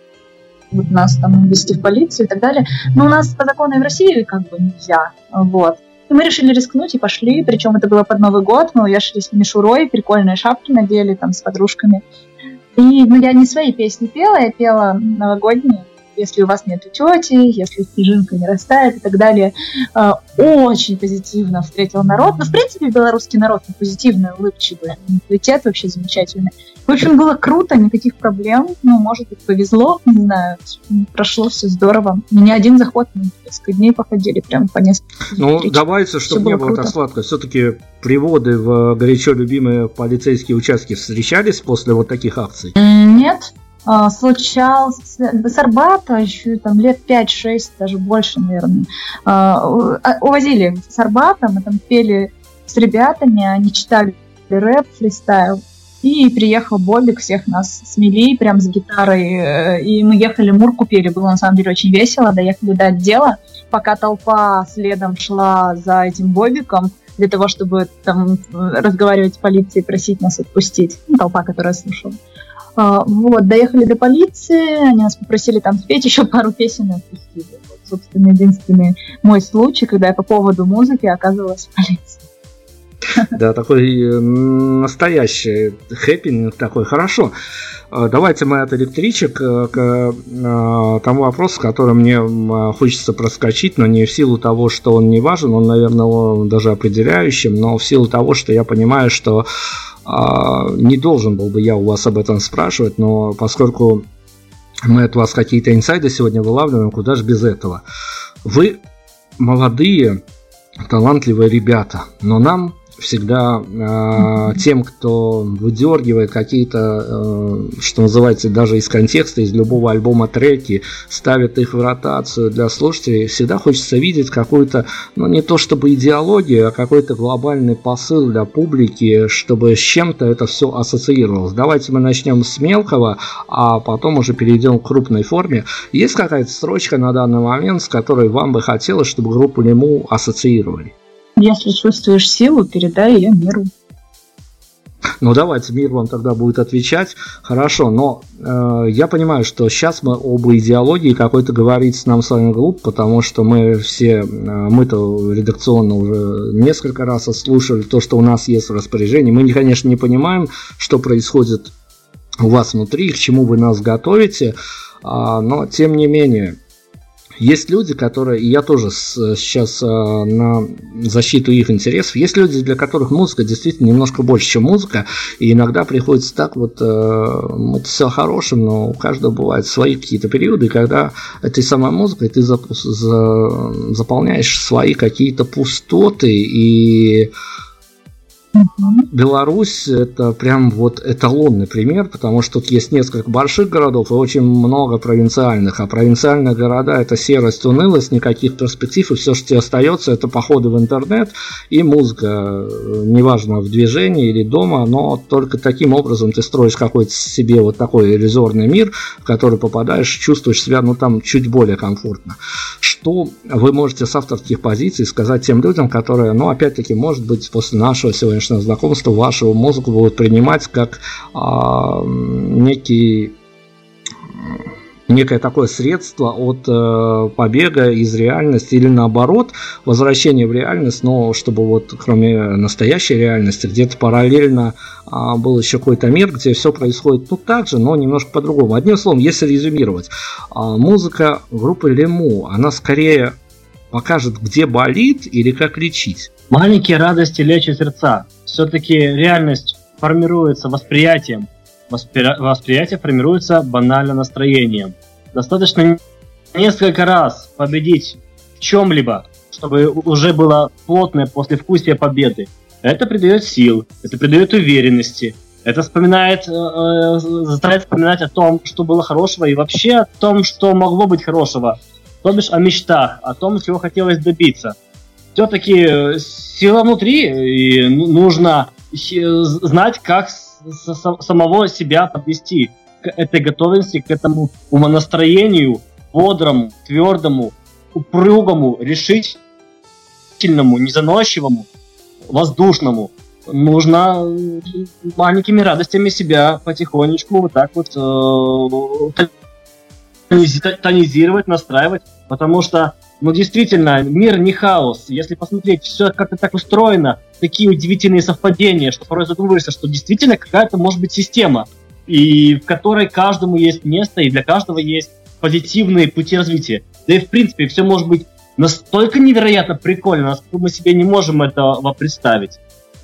нас там ввести в полицию и так далее. Но у нас по закону и в России как бы нельзя. Вот. И мы решили рискнуть и пошли, причем это было под Новый год, мы уехали с мишурой, прикольные шапки надели там с подружками. И ну, я не свои песни пела, я пела новогодние. Если у вас нет тети, если снежинка не растает и так далее. Очень позитивно встретил народ. Ну, в принципе, белорусский народ позитивный, улыбчивый, менталитет вообще замечательный. В общем, было круто, никаких проблем. Ну, может быть, повезло, не знаю. Прошло все здорово. Не один заход, мы несколько дней походили, прям по несколько. Ну, давайте, чтобы не было круто. Так сладко. Все-таки приводы в горячо любимые полицейские участки встречались после вот таких акций? Нет. Случался с Арбата еще там лет пять-шесть, даже больше, наверное. Увозили с Арбата, мы там пели с ребятами, они читали рэп, фристайл. И приехал Бобик, всех нас смели прям с гитарой. И мы ехали, Мурку пели, было на самом деле очень весело. Доехали до отдела, пока толпа следом шла за этим Бобиком, для того, чтобы там разговаривать с полицией, просить нас отпустить. Ну, толпа, которая слушала. Вот, доехали до полиции, они нас попросили там спеть еще пару песен и отпустили. Вот, собственно, единственный мой случай, когда я по поводу музыки оказывалась в полиции. Да, такой настоящий хэппинг такой. Хорошо. Давайте мы от электричек к тому вопросу, который мне хочется проскочить, но не в силу того, что он не важен, он, наверное, даже определяющим, но в силу того, что я понимаю, что не должен был бы я у вас об этом спрашивать, но поскольку мы от вас какие-то инсайды сегодня вылавливаем, куда же без этого. Вы молодые, талантливые ребята, но нам всегда э, тем, кто выдергивает какие-то, э, что называется, даже из контекста, из любого альбома треки, ставит их в ротацию для слушателей, всегда хочется видеть какую-то, ну не то чтобы идеологию, а какой-то глобальный посыл для публики, чтобы с чем-то это все ассоциировалось. Давайте мы начнем с мелкого, а потом уже перейдем к крупной форме. Есть какая-то строчка на данный момент, с которой вам бы хотелось, чтобы группу Лему ассоциировали? Если чувствуешь силу, передай ее миру. Ну давайте, мир вам тогда будет отвечать. Хорошо, но э, я понимаю, что сейчас мы об идеологии какой-то говорить нам с вами глупо, потому что мы все, э, мы-то редакционно уже несколько раз отслушали то, что у нас есть в распоряжении. Мы, конечно, не понимаем, что происходит у вас внутри, к чему вы нас готовите, э, но тем не менее... Есть люди, которые, и я тоже с, сейчас э, на защиту их интересов, есть люди, для которых музыка действительно немножко больше, чем музыка, и иногда приходится так вот, э, это все хорошим, но у каждого бывают свои какие-то периоды, когда этой самой музыкой ты зап- за, заполняешь свои какие-то пустоты, и Беларусь — это прям вот эталонный пример, потому что тут есть несколько больших городов и очень много провинциальных, а провинциальные города — это серость, унылость, никаких перспектив, и все, что тебе остается, это походы в интернет и музыка, неважно, в движении или дома, но только таким образом ты строишь какой-то себе вот такой иллюзорный мир, в который попадаешь, чувствуешь себя, ну, там чуть более комфортно. Что вы можете с авторских позиций сказать тем людям, которые, ну, опять-таки, может быть, после нашего сегодняшнего знакомства вашу музыку будут принимать как а, некий, некое такое средство от э, побега из реальности или наоборот возвращения в реальность, но чтобы вот кроме настоящей реальности где-то параллельно а, был еще какой-то мир, где все происходит ну так же, но немножко по-другому. Одним словом, если резюмировать, а, музыка группы Лему, она скорее покажет, где болит или как лечить. Маленькие радости лечат сердца. Все-таки реальность формируется восприятием. Воспри... Восприятие формируется банально настроением. Достаточно несколько раз победить в чем-либо, чтобы уже было плотное послевкусие победы. Это придает сил, это придает уверенности. Это вспоминает, э, заставляет вспоминать о том, что было хорошего, и вообще о том, что могло быть хорошего. То бишь о мечтах, о том, чего хотелось добиться. Все-таки сила внутри, и нужно знать, как самого себя подвести к этой готовности, к этому умонастроению, бодрому, твердому, упругому, решительному, незаносчивому, воздушному нужно маленькими радостями себя потихонечку вот так вот э, тонизировать, настраивать, потому что, ну, действительно, мир не хаос. Если посмотреть, все как-то так устроено, такие удивительные совпадения, что порой задумываешься, что действительно какая-то может быть система, и в которой каждому есть место, и для каждого есть позитивные пути развития. Да и в принципе все может быть настолько невероятно прикольно, насколько мы себе не можем этого представить.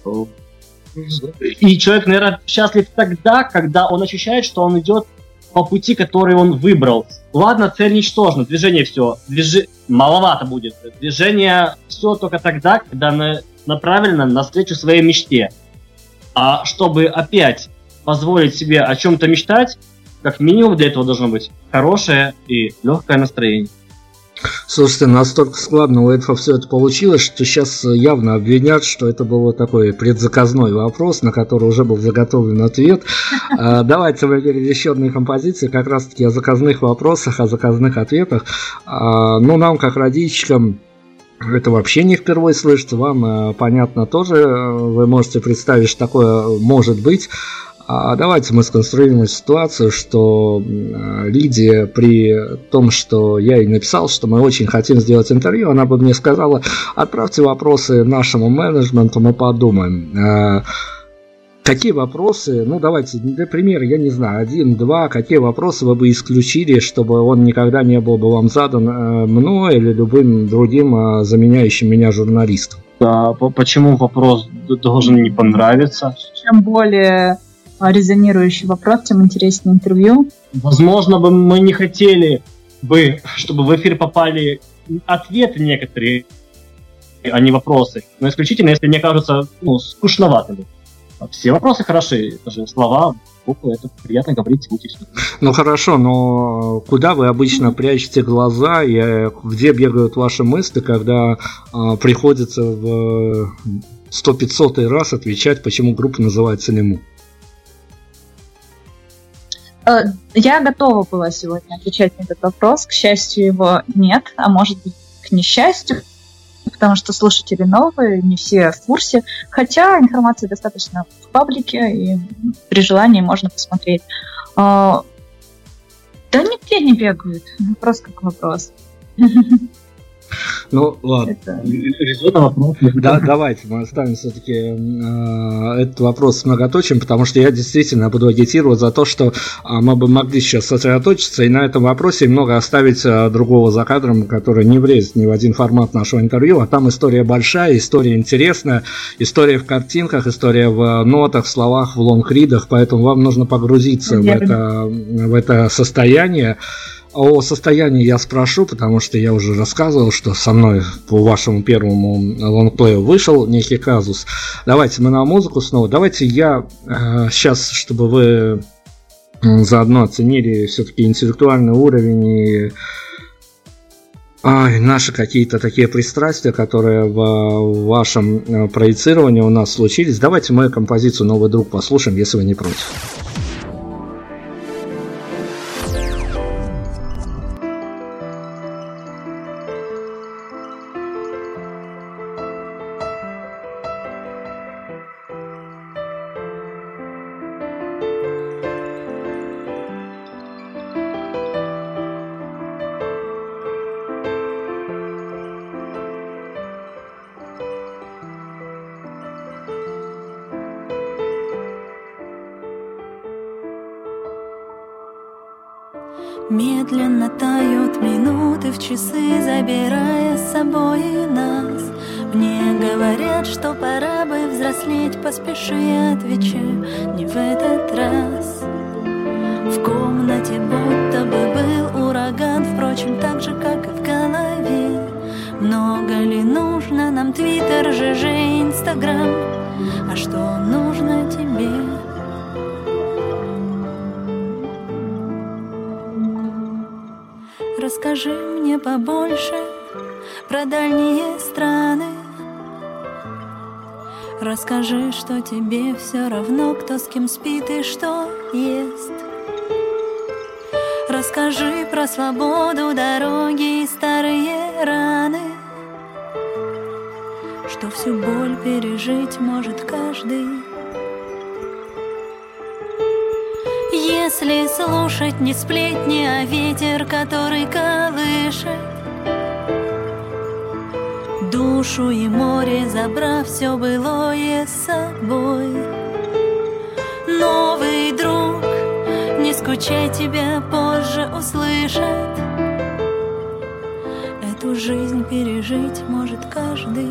И человек, наверное, счастлив тогда, когда он ощущает, что он идет по пути, который он выбрал. Ладно, цель ничтожна, движение все, движ... маловато будет. Движение все только тогда, когда на... направлено навстречу своей мечте. А чтобы опять позволить себе о чем-то мечтать, как минимум для этого должно быть хорошее и легкое настроение. Слушайте, настолько складно у эльфа все это получилось, что сейчас явно обвинят, что это был вот такой предзаказной вопрос, на который уже был заготовлен ответ. Давайте выберем еще одну композицию, как раз таки о заказных вопросах, о заказных ответах. Ну, нам, как родичкам, это вообще не впервые слышится, вам понятно тоже, вы можете представить, что такое может быть. А давайте мы сконструируем ситуацию, что Лидия при том, что я ей написал, что мы очень хотим сделать интервью, она бы мне сказала: отправьте вопросы нашему менеджменту, мы подумаем. Какие вопросы, ну давайте, для примера, я не знаю, один-два, какие вопросы вы бы исключили, чтобы он никогда не был бы вам задан мной или любым другим заменяющим меня журналистом? Да, почему вопрос должен не понравиться? Чем более резонирующий вопрос, тем интереснее интервью. Возможно, бы мы не хотели бы, чтобы в эфир попали ответы некоторые, а не вопросы. Но исключительно, если мне кажутся, ну, скучноватыми. Все вопросы хороши. Это же слова, буквы, это приятно говорить, звуки. Ну хорошо, но куда вы обычно прячете глаза и где бегают ваши мысли, когда э, приходится в сто-пятьсотый раз отвечать, почему группа называется Лему? Я готова была сегодня отвечать на этот вопрос. К счастью, его нет, а может быть, к несчастью, потому что слушатели новые, не все в курсе. Хотя информации достаточно в паблике, и при желании можно посмотреть. Да нигде не бегают, просто как вопрос. Ну, ладно. Это... Да, давайте мы оставим все-таки э, этот вопрос с многоточием, потому что я действительно буду агитировать за то, что э, мы бы могли сейчас сосредоточиться и на этом вопросе много оставить э, другого за кадром, который не влезет ни в один формат нашего интервью, а там история большая, история интересная, история в картинках, история в нотах, в словах, в лонгридах, поэтому вам нужно погрузиться в это, в это состояние. О состоянии я спрошу, потому что я уже рассказывал, что со мной по вашему первому лонгплею вышел некий казус. Давайте мы на музыку снова. Давайте я э, сейчас, чтобы вы заодно оценили все-таки интеллектуальный уровень и ай, наши какие-то такие пристрастия, которые в вашем проецировании у нас случились. Давайте мы композицию «Новый друг» послушаем, если вы не против. Медленно тают минуты в часы, забирая с собой нас. Мне говорят, что пора бы взрослеть, поспеши, я отвечаю, не в этот раз. В комнате будто бы был ураган, впрочем, так же, как и в голове. Много ли нужно нам Твиттер, ЖЖ, Инстаграм? А что нужно тебе? Расскажи мне побольше про дальние страны. Расскажи, что тебе все равно, кто с кем спит и что ест. Расскажи про свободу дороги и старые раны, что всю боль пережить может каждый. Если слушать не сплетни, а ветер, который колышет душу и море, забрав все былое с собой. Новый друг, не скучай, тебя позже услышат. Эту жизнь пережить может каждый.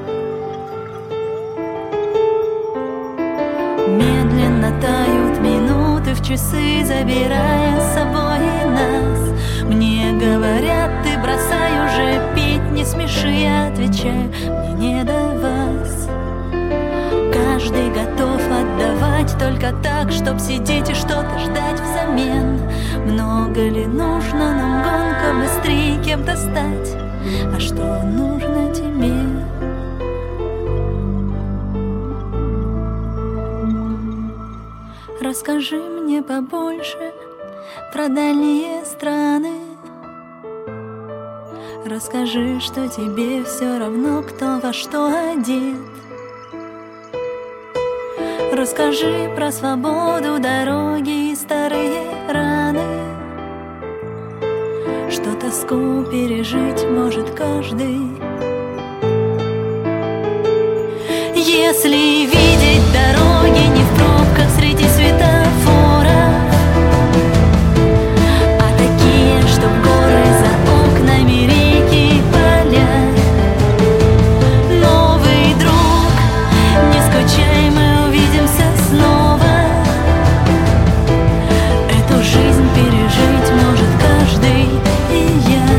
Медленно тают минуты в часы, забирая с собой нас. Мне говорят, ты бросай уже петь, не смеши, я отвечаю, мне не до вас. Каждый готов отдавать только так, чтоб сидеть и что-то ждать взамен. Много ли нужно нам гонка, быстрее кем-то стать? А что нужно тебе? Расскажи мне побольше про дальние страны. Расскажи, что тебе все равно, кто во что одет. Расскажи про свободу дороги и старые раны, что тоску пережить может каждый. Если видеть дороги не в пробках среди светофоров, а такие, чтоб горы за окнами, реки и поля. Новый друг, не скучай, мы увидимся снова. Эту жизнь пережить может каждый, и я.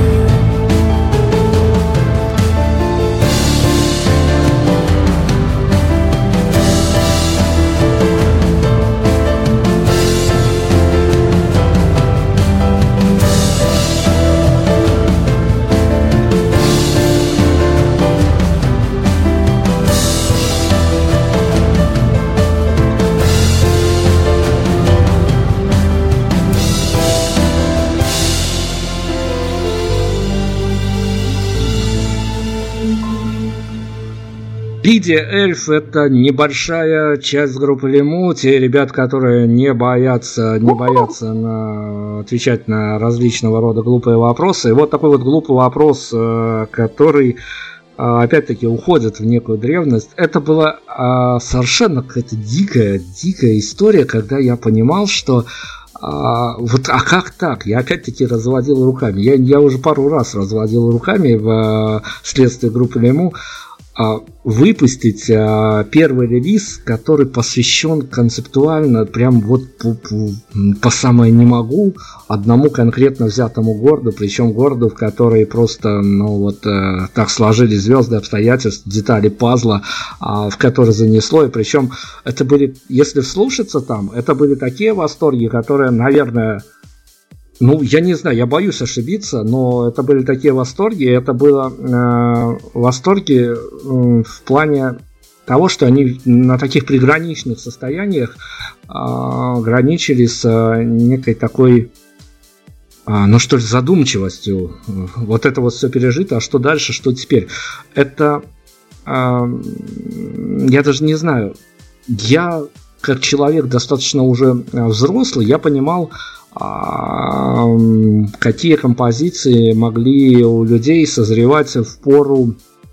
Лидия Эльф — это небольшая часть группы Лиму, те ребят, которые не боятся, не боятся на, отвечать на различного рода глупые вопросы. И вот такой вот глупый вопрос, который опять-таки уходит в некую древность. Это была совершенно какая-то дикая, дикая история, когда я понимал, что А, вот, а как так? Я опять-таки разводил руками. Я, я уже пару раз разводил руками в следствии группы Лиму. Выпустить а, первый релиз, который посвящен концептуально, прям вот по, по, по самое не могу, одному конкретно взятому городу, причем городу, в который просто, ну вот, э, так сложились звезды, обстоятельства, детали пазла, а, в который занесло, и причем это были, если вслушаться там, это были такие восторги, которые, наверное, ну, я не знаю, я боюсь ошибиться, но это были такие восторги, это было э, восторги э, в плане того, что они на таких приграничных состояниях э, граничили с э, некой такой, э, ну что ли, задумчивостью. Вот это вот все пережито, а что дальше, что теперь? Это, э, я даже не знаю, я как человек достаточно уже взрослый, я понимал, какие композиции могли у людей созревать в пору.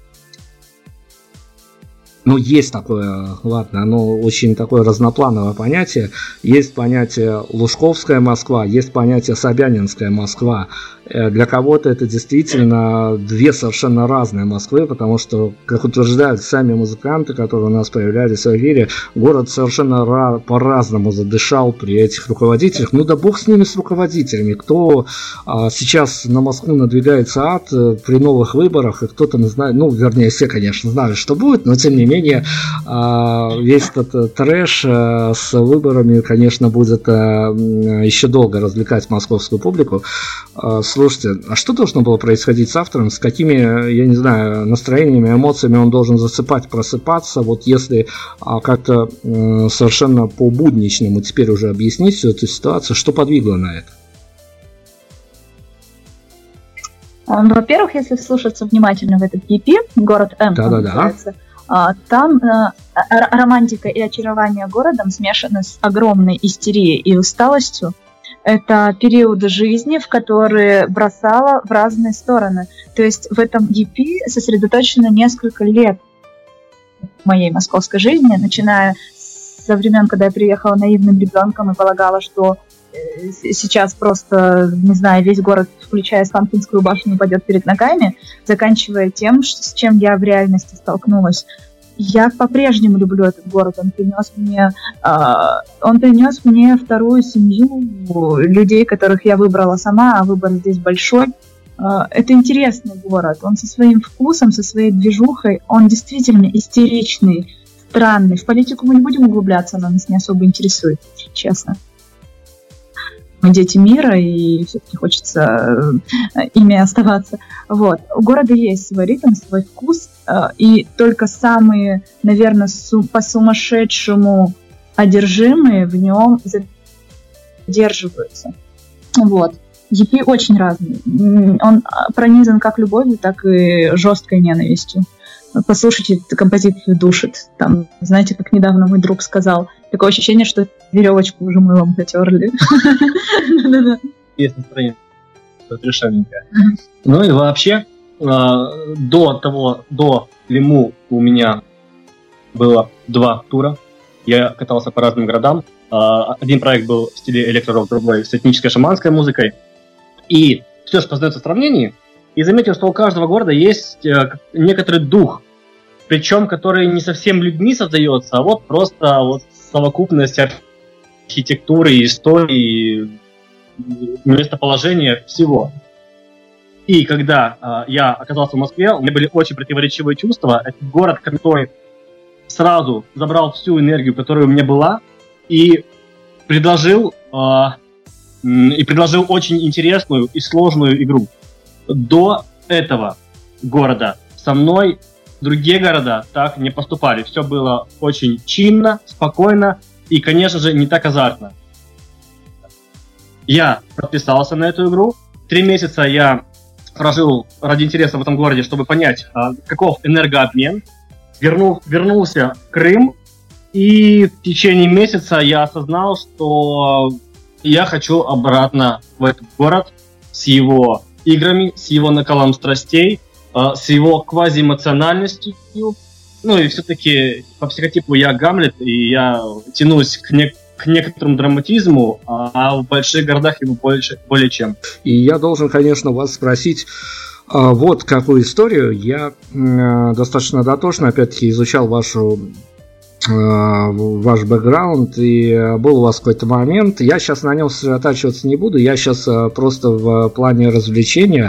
Ну, есть такое, ладно, оно очень такое разноплановое понятие. Есть понятие Лужковская Москва, есть понятие Собянинская Москва. Для кого-то это действительно две совершенно разные Москвы, потому что, как утверждают сами музыканты, которые у нас появлялись в эфире, город совершенно ра- по-разному задышал при этих руководителях. Ну да бог с ними, с руководителями. Кто а, сейчас на Москву надвигается ад а, при новых выборах, и кто-то не знает, ну, вернее, все, конечно, знали, что будет, но тем не менее, а, весь этот трэш а, с выборами, конечно, будет а, еще долго развлекать московскую публику. А, Слушайте, а что должно было происходить с автором? С какими, я не знаю, настроениями, эмоциями он должен засыпать, просыпаться? Вот если а, как-то э, совершенно по-будничному теперь уже объяснить всю эту ситуацию, что подвигло на это? Во-первых, если вслушаться внимательно в этот и пи, город М, называется, там романтика и очарование городом смешаны с огромной истерией и усталостью. Это периоды жизни, в которые бросало в разные стороны. То есть в этом и пи сосредоточено несколько лет моей московской жизни, начиная со времен, когда я приехала наивным ребенком и полагала, что сейчас просто, не знаю, весь город, включая Останкинскую башню, упадет перед ногами, заканчивая тем, с чем я в реальности столкнулась. Я по-прежнему люблю этот город. Он принес мне, э, он принес мне вторую семью, людей, которых я выбрала сама, а выбор здесь большой. Э, это интересный город. Он со своим вкусом, со своей движухой, он действительно истеричный, странный. В политику мы не будем углубляться, она нас не особо интересует, честно. Мы дети мира, и все-таки хочется ими оставаться. Вот. У города есть свой ритм, свой вкус, и только самые, наверное, по-сумасшедшему одержимые в нем задерживаются. Вот. и пи очень разный. Он пронизан как любовью, так и жесткой ненавистью. Послушайте, композицию душит. Там, знаете, как недавно мой друг сказал, такое ощущение, что веревочку уже мылом затерли. Есть настроение. Решенненькое. Ну и вообще, до того, до Лиму у меня было два тура. Я катался по разным городам. Один проект был в стиле электророк, другой с этнической шаманской музыкой. И все, что познается в сравнении, и заметил, что у каждого города есть некоторый дух, причем который не совсем людьми создается, а вот просто вот совокупность архитектуры, истории, местоположения всего. И когда э, я оказался в Москве, у меня были очень противоречивые чувства. Это город, который сразу забрал всю энергию, которая у меня была, и предложил, э, и предложил очень интересную и сложную игру. До этого города со мной другие города так не поступали. Все было очень чинно, спокойно и, конечно же, не так азартно. Я подписался на эту игру. Три месяца я прожил ради интереса в этом городе, чтобы понять, каков энергообмен. Вернул, вернулся в Крым, и в течение месяца я осознал, что я хочу обратно в этот город с его играми, с его накалом страстей, с его квазиэмоциональностью. Ну и все-таки по психотипу я Гамлет, и я тянусь к, не, к некоторому драматизму, а в больших городах его больше, более чем. И я должен, конечно, вас спросить а, вот какую историю. Я а, достаточно дотошно, опять-таки, изучал вашу ваш бэкграунд, и был у вас какой-то момент. Я сейчас на нем сосредотачиваться не буду, я сейчас просто в плане развлечения.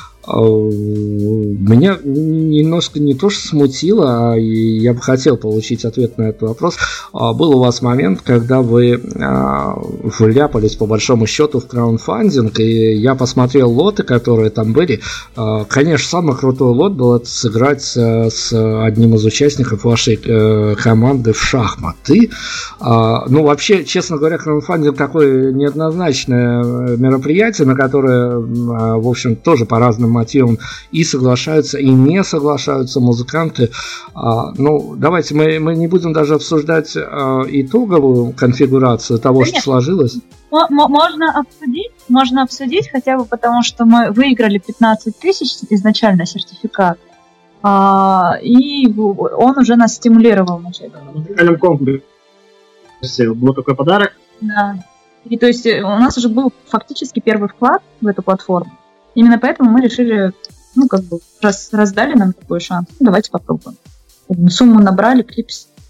Меня немножко не то что смутило, а я бы хотел получить ответ на этот вопрос. Был у вас момент, когда вы вляпались по большому счету в краундфандинг, и я посмотрел лоты, которые там были. Конечно, самый крутой лот был это сыграть с одним из участников вашей команды в шахматы. Ну, вообще, честно говоря, краундфандинг такое неоднозначное мероприятие, на которое, в общем, тоже по разным мотивам и соглашаются, и не соглашаются музыканты. А, ну, давайте мы, мы не будем даже обсуждать а, итоговую конфигурацию того, Конечно. Что сложилось. М- можно обсудить, можно обсудить, хотя бы потому, что мы выиграли пятнадцать тысяч изначально сертификат, а, и он уже нас стимулировал вначале. На музыкальном конкурсе был такой подарок. Да. И то есть у нас уже был фактически первый вклад в эту платформу. Именно поэтому мы решили, ну, как бы, раз раздали нам такой шанс, ну, давайте попробуем. Сумму набрали, клип.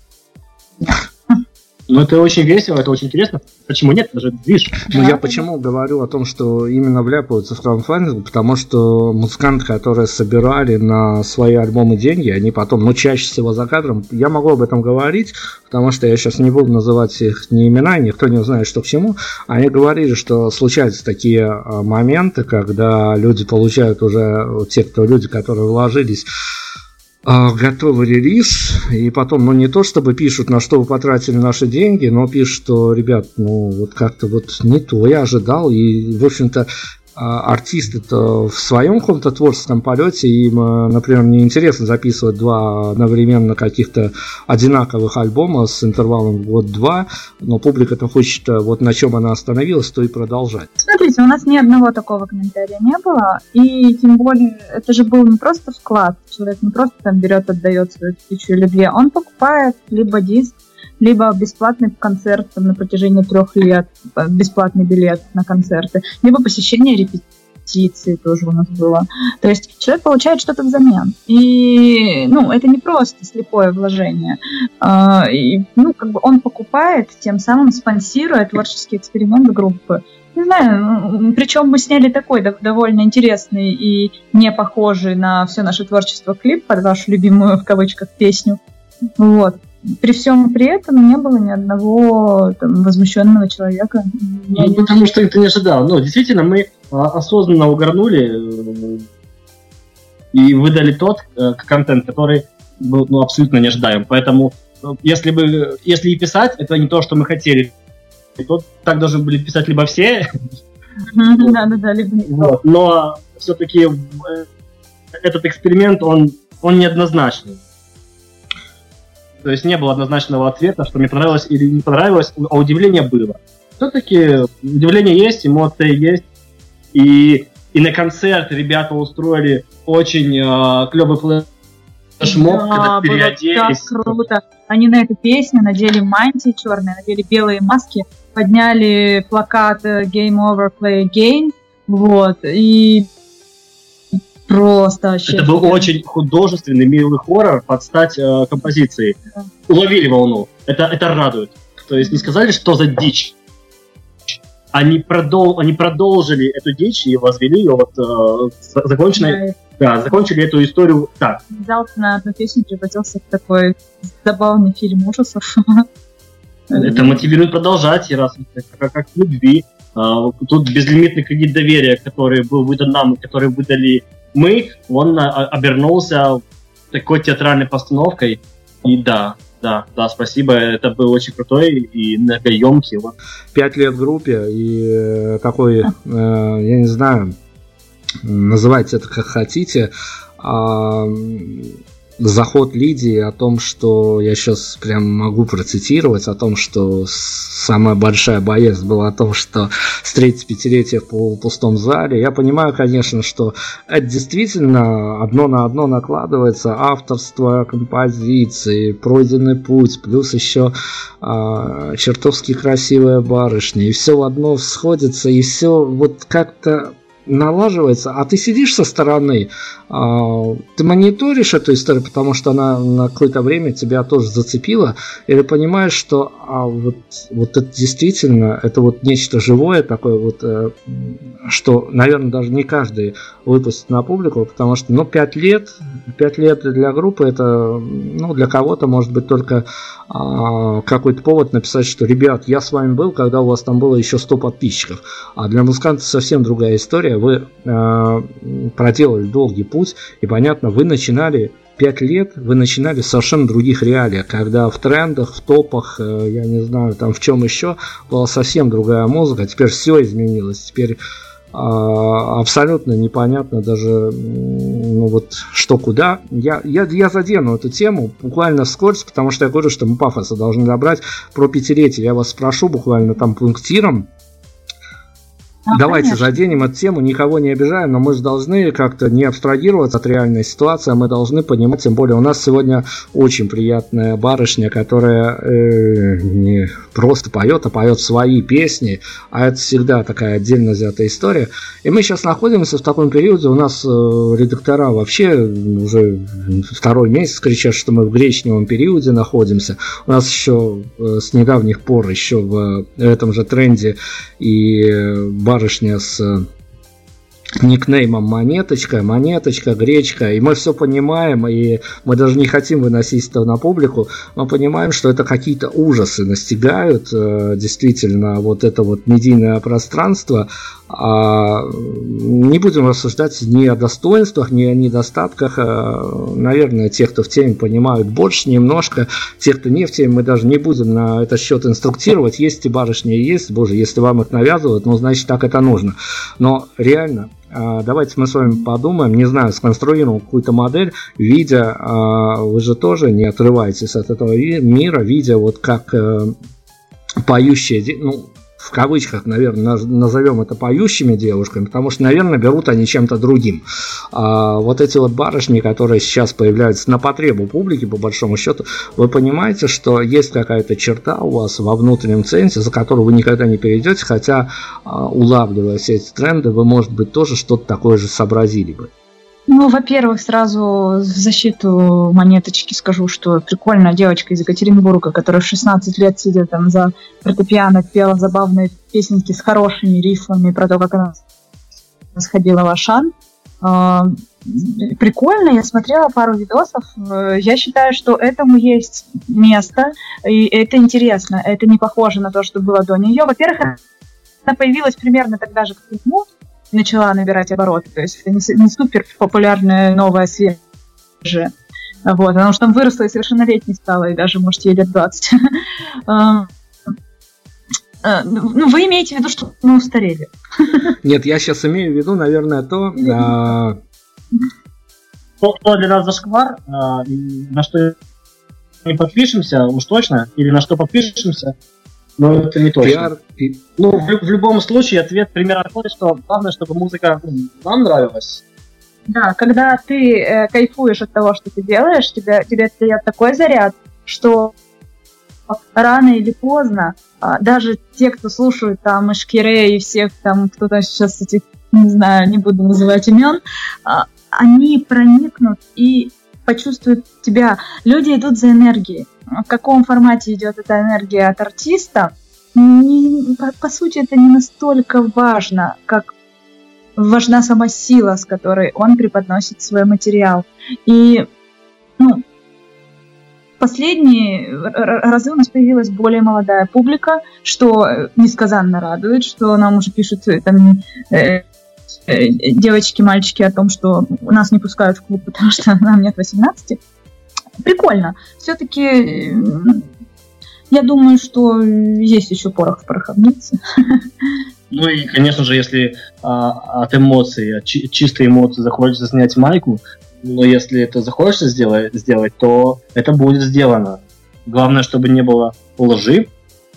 Ну, это очень весело, это очень интересно. Почему нет? Это же движ. Ну, да, я почему да. говорю о том, что именно вляпываются в краундфандинг, потому что музыканты, которые собирали на свои альбомы деньги, они потом, ну, чаще всего за кадром, я могу об этом говорить, потому что я сейчас не буду называть их ни имена, никто не узнает, что к чему. Они говорили, что случаются такие моменты, когда люди получают уже, те, кто люди, которые вложились, готовый релиз, и потом, ну, не то чтобы пишут, на что вы потратили наши деньги, но пишут, что, ребят, ну, вот как-то вот не то я ожидал, и, в общем-то, артисты-то в своем каком-то творческом полете, им, например, мне интересно записывать два одновременно каких-то одинаковых альбома с интервалом в год-два, но публика-то хочет, вот на чем она остановилась, то и продолжать. Смотрите, у нас ни одного такого комментария не было, и тем более это же был не просто вклад, человек не просто там берет, отдает свою тысячу или две, он покупает либо диск, либо бесплатный концерт там, на протяжении трех лет, бесплатный билет на концерты, либо посещение репетиции тоже у нас было. То есть человек получает что-то взамен. И ну, это не просто слепое вложение. А, и, ну, как бы он покупает, тем самым спонсируя творческий эксперимент группы. Не знаю, причем мы сняли такой довольно интересный и не похожий на все наше творчество клип под вашу любимую, в кавычках, песню. Вот. При всем при этом не было ни одного там, возмущенного человека. Ну, потому что ты не ожидал. Ну, действительно, мы а, осознанно угорнули э, и выдали тот э, контент, который был ну, абсолютно не ожидаем. Поэтому, если бы, если и писать, это не то, что мы хотели. То так должны были писать либо все. Да-да-да, либо никто. Но все-таки этот эксперимент, он, он неоднозначный. То есть не было однозначного ответа, что мне понравилось или не понравилось, а удивление было. Все-таки удивление есть, эмоции есть. И, и на концерт ребята устроили очень э, клевый флешмоб, да, когда переоделись. Так круто. Они на эту песню надели мантии черные, надели белые маски, подняли плакат Game Over, Play Again. Вот. И просто вообще. Это был очень художественный, милый хоррор под стать э, композиции. Да. Уловили волну. Это, это радует. То есть не сказали, что за дичь. Они, продол- они продолжили эту дичь и возвели ее вот э, законченной. Да. да, закончили эту историю так. Взялся на одну песню, превратился в такой забавный фильм ужасов. Это мотивирует продолжать, и раз как, как в любви. Uh, тут безлимитный кредит доверия, который был выдан нам, который выдали мы, он а, обернулся такой театральной постановкой. И да, да, да, спасибо, это был очень крутой и многоемкий. Вот. Пять лет в группе, и такой, э, я не знаю, называйте это как хотите, э, заход Лидии о том, что я сейчас прям могу процитировать, о том, что самая большая боязнь была о том, что встретить пятилетие в полупустом зале. Я понимаю, конечно, что это действительно одно на одно накладывается, авторство композиции, пройденный путь, плюс еще а, чертовски красивая барышня, и все в одно сходится, и все вот как-то налаживается, а ты сидишь со стороны, э, ты мониторишь эту историю, потому что она на какое-то время тебя тоже зацепила, или понимаешь, что а, вот, вот это действительно, это вот нечто живое такое вот, э, что, наверное, даже не каждый выпустит на публику, потому что, ну, пять лет, пять лет для группы, это, ну, для кого-то может быть только э, какой-то повод написать, что, ребят, я с вами был, когда у вас там было еще сто подписчиков, а для музыкантов совсем другая история. Вы э, проделали долгий путь, и понятно, вы начинали пять лет, вы начинали в совершенно других реалиях, когда в трендах, в топах, э, я не знаю, там в чем еще, была совсем другая музыка, теперь все изменилось, теперь э, абсолютно непонятно даже, ну вот, что куда. Я, я, я задену эту тему буквально вскользь, потому что я говорю, что мы пафоса должны добрать про пятилетие. Я вас спрошу буквально там пунктиром. А, давайте конечно. Заденем эту тему, никого не обижаем, но мы же должны как-то не абстрагироваться от реальной ситуации, мы должны понимать, тем более у нас сегодня очень приятная барышня, которая э, не просто поет, а поет свои песни, а это всегда такая отдельно взятая история. И мы сейчас находимся в таком периоде, у нас э, редактора вообще уже второй месяц кричат, что мы в гречневом периоде находимся. У нас еще э, с недавних пор еще в, в этом же тренде и барышня с никнеймом Монеточка, Монеточка, Гречка, и мы все понимаем, и мы даже не хотим выносить это на публику, мы понимаем, что это какие-то ужасы настигают действительно вот это вот медийное пространство. А не будем рассуждать ни о достоинствах, ни о недостатках. Наверное, те, кто в теме, понимают больше немножко. Те, кто не в теме, мы даже не будем на этот счет инструктировать. Есть и барышни, есть. Боже, если вам их навязывают, ну, значит, так это нужно. Но реально, давайте мы с вами подумаем, не знаю, сконструируем какую-то модель, видя, вы же тоже не отрываетесь от этого мира, видя вот как поющие, ну, в кавычках, наверное, назовем это поющими девушками, потому что, наверное, берут они чем-то другим. А вот эти вот барышни, которые сейчас появляются на потребу публики, по большому счету, вы понимаете, что есть какая-то черта у вас во внутреннем цензе, за которую вы никогда не перейдете, хотя, улавливая все эти тренды, вы, может быть, тоже что-то такое же сообразили бы. Ну, во-первых, сразу в защиту Монеточки скажу, что прикольная девочка из Екатеринбурга, которая в шестнадцать лет, сидя там за фортепиано, пела забавные песенки с хорошими рифмами про то, как она сходила в Ашан. Прикольно, я смотрела пару видосов. Я считаю, что этому есть место, и это интересно. Это не похоже на то, что было до нее. Во-первых, она появилась примерно тогда же, как и ему, начала набирать обороты, то есть это не, не супер популярная новая свежая. Вот, потому что там выросла и совершеннолетней стала, и даже, может, ей лет двадцать. Ну, вы имеете в виду, что мы устарели? Нет, я сейчас имею в виду, наверное, то... Что для нас зашквар, на что не подпишемся, уж точно, или на что подпишемся, но это не точно. Пиар, пи... Ну, в, в любом случае, ответ примерно такой, что главное, чтобы музыка нам нравилась. Да, когда ты э, кайфуешь от того, что ты делаешь, тебе, тебе дает такой заряд, что рано или поздно а, даже те, кто слушают там Эшкире и всех там, кто-то сейчас этих, не знаю, не буду называть имен, а, они проникнут и почувствуют тебя. Люди идут за энергией. В каком формате идет эта энергия от артиста, не, по, по сути, это не настолько важно, как важна сама сила, с которой он преподносит свой материал. И ну, последние разы у нас появилась более молодая публика, что несказанно радует, что нам уже пишут там, э, э, девочки, мальчики о том, что нас не пускают в клуб, потому что нам нет восемнадцати. Прикольно. Все-таки я думаю, что есть еще порох в пороховнице. Ну и, конечно же, если а, от эмоций, от чи- чистой эмоции захочется снять майку, но если это захочется сделать, сделать, то это будет сделано. Главное, чтобы не было лжи.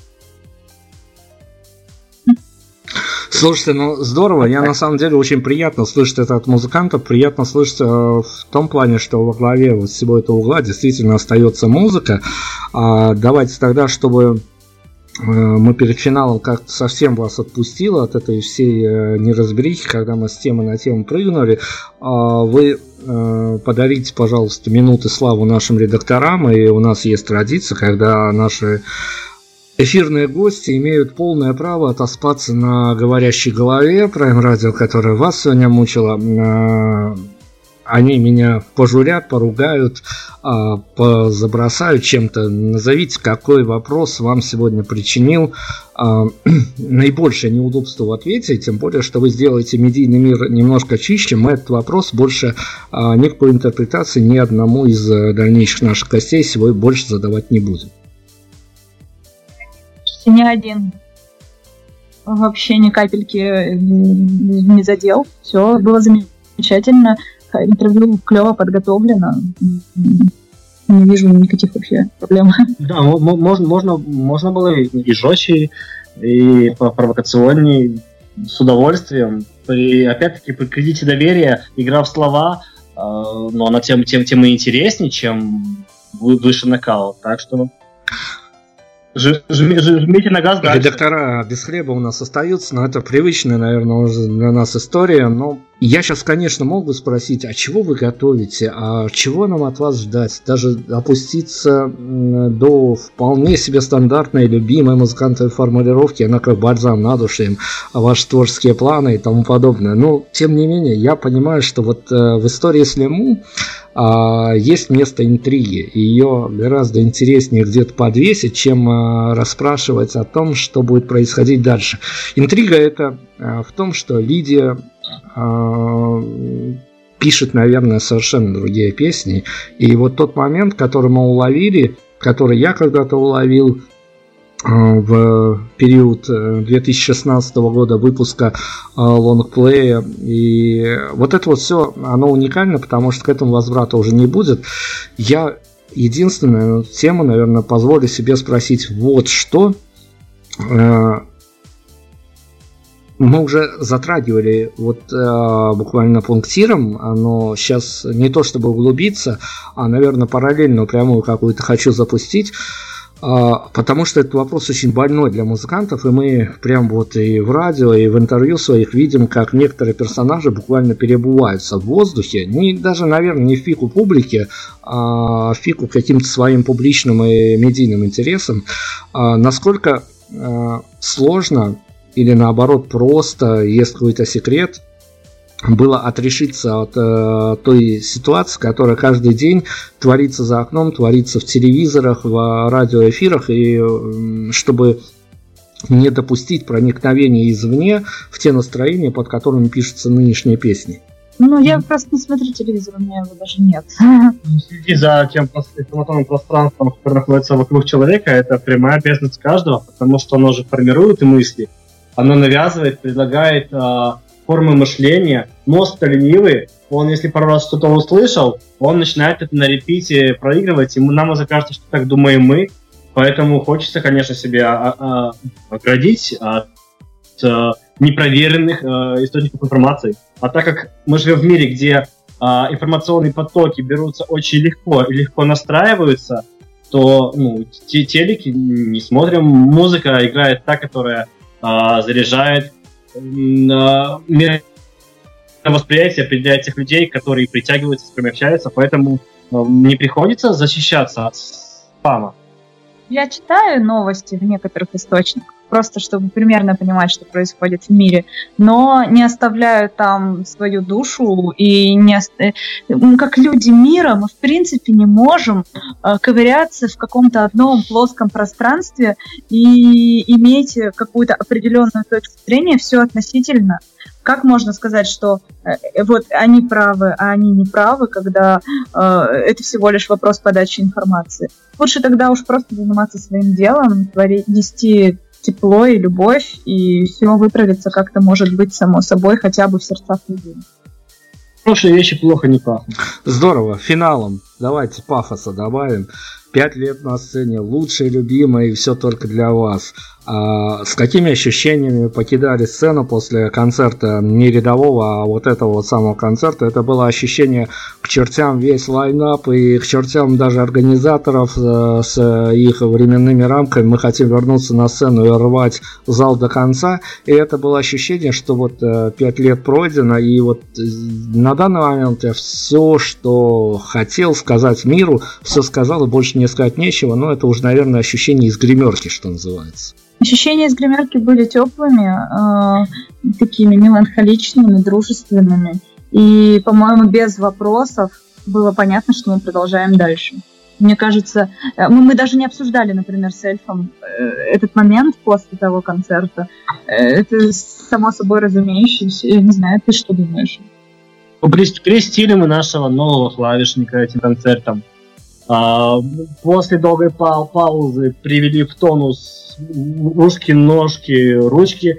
Слушайте, ну здорово, я на самом деле очень приятно слышать это от музыкантов, приятно слышать э, в том плане, что во главе вот всего этого угла действительно остается музыка. А, давайте тогда, чтобы э, мы перед финалом как-то совсем вас отпустило от этой всей э, неразберихи, когда мы с темы на тему прыгнули, э, вы э, подарите, пожалуйста, минуты славы нашим редакторам, и у нас есть традиция, когда наши эфирные гости имеют полное право отоспаться на говорящей голове Prime Radio, которая вас сегодня мучила. Они меня пожурят, поругают, позабросают чем-то. Назовите, какой вопрос вам сегодня причинил наибольшее неудобство в ответе, тем более, что вы сделаете медийный мир немножко чище. Мы этот вопрос больше ни в какой интерпретации ни одному из дальнейших наших гостей сегодня больше задавать не будем. Ни один вообще ни капельки не задел. Все было замечательно. Интервью клево подготовлено. Не вижу никаких вообще проблем. Да, можно, можно, можно было и жестче, и провокационнее, с удовольствием. При, опять-таки, при кредите доверия, игра в слова, э, но она тем, тем, тем и интереснее, чем выше накал. Так что жмите на газ дальше. Редактора без хлеба у нас остаются, но это привычная, наверное, уже для нас история. Но я сейчас, конечно, могу спросить, а чего вы готовите, а чего нам от вас ждать? Даже опуститься до вполне себе стандартной, любимой музыкантовой формулировки, она как бальзам на душу им, ваши творческие планы и тому подобное. Но, тем не менее, я понимаю, что вот в истории Слему а, есть место интриги, и ее гораздо интереснее где-то подвесить, чем а, расспрашивать о том, что будет происходить дальше. Интрига это а, в том, что Лидия пишет, наверное, совершенно другие песни. И вот тот момент, который мы уловили, который я когда-то уловил в период две тысячи шестнадцатого года выпуска лонгплея, и вот это вот все, оно уникально, потому что к этому возврата уже не будет. Я единственную тему, наверное, позволю себе спросить вот что. Мы уже затрагивали вот э, буквально пунктиром, но сейчас не то чтобы углубиться, а, наверное, параллельно прямую какую-то хочу запустить, э, потому что этот вопрос очень больной для музыкантов, и мы прям вот и в радио, и в интервью своих видим, как некоторые персонажи буквально перебываются в воздухе, не, даже, наверное, не в пику публики, а в пику каким-то своим публичным и медийным интересам. Э, насколько э, сложно или наоборот просто, есть какой-то секрет, было отрешиться от э, той ситуации, которая каждый день творится за окном, творится в телевизорах, в радиоэфирах, и э, чтобы не допустить проникновения извне в те настроения, под которыми пишутся нынешние песни. Ну, я просто не смотрю телевизор, у меня его даже нет. Следить за тем информационным пространством, которое находится вокруг человека, это прямая обязанность каждого, потому что оно же формирует и мысли. Оно навязывает, предлагает э, формы мышления. Мозг ленивый, он, если пару раз что-то услышал, он начинает это на репите проигрывать, и нам уже кажется, что так думаем мы. Поэтому хочется, конечно, себя э, э, оградить от э, непроверенных э, источников информации. А так как мы живем в мире, где э, информационные потоки берутся очень легко и легко настраиваются, то ну, те телеки не смотрим. Музыка играет та, которая Uh, заряжает uh, мировосприятие, определяет тех людей, которые притягиваются, с которыми общаются, поэтому uh, не приходится защищаться от спама. Я читаю новости в некоторых источниках, просто чтобы примерно понимать, что происходит в мире, но не оставляю там свою душу, и не ост... как люди мира мы в принципе не можем э, ковыряться в каком-то одном плоском пространстве и иметь какую-то определенную точку зрения, все относительно. Как можно сказать, что э, вот они правы, а они не правы, когда э, это всего лишь вопрос подачи информации? Лучше тогда уж просто заниматься своим делом, творить, нести тепло и любовь, и все выправится как-то, может быть, само собой, хотя бы в сердцах людей. Хорошие вещи плохо не пахнут. Здорово. Финалом давайте пафоса добавим. Пять лет на сцене, лучшие, любимые, и все только для вас. А с какими ощущениями покидали сцену после концерта не рядового, а вот этого вот самого концерта? Это было ощущение к чертям весь лайнап и к чертям даже организаторов с их временными рамками. Мы хотим вернуться на сцену и рвать зал до конца. И это было ощущение, что вот пять лет пройдено, и вот на данный момент я все, что хотел сказать миру, все сказал, и больше не сказать нечего. Но это уже, наверное, ощущение из гримерки, что называется. Ощущения из гримерки были теплыми, э, такими меланхоличными, дружественными. И, по-моему, без вопросов было понятно, что мы продолжаем дальше. Мне кажется, мы, мы даже не обсуждали, например, с Эльфом э, этот момент после того концерта. Э, это само собой разумеющееся. Я не знаю, ты что думаешь? Крестили мы нашего нового клавишника этим концертом. А, после долгой пау- паузы привели в тонус ушки, ножки, ручки.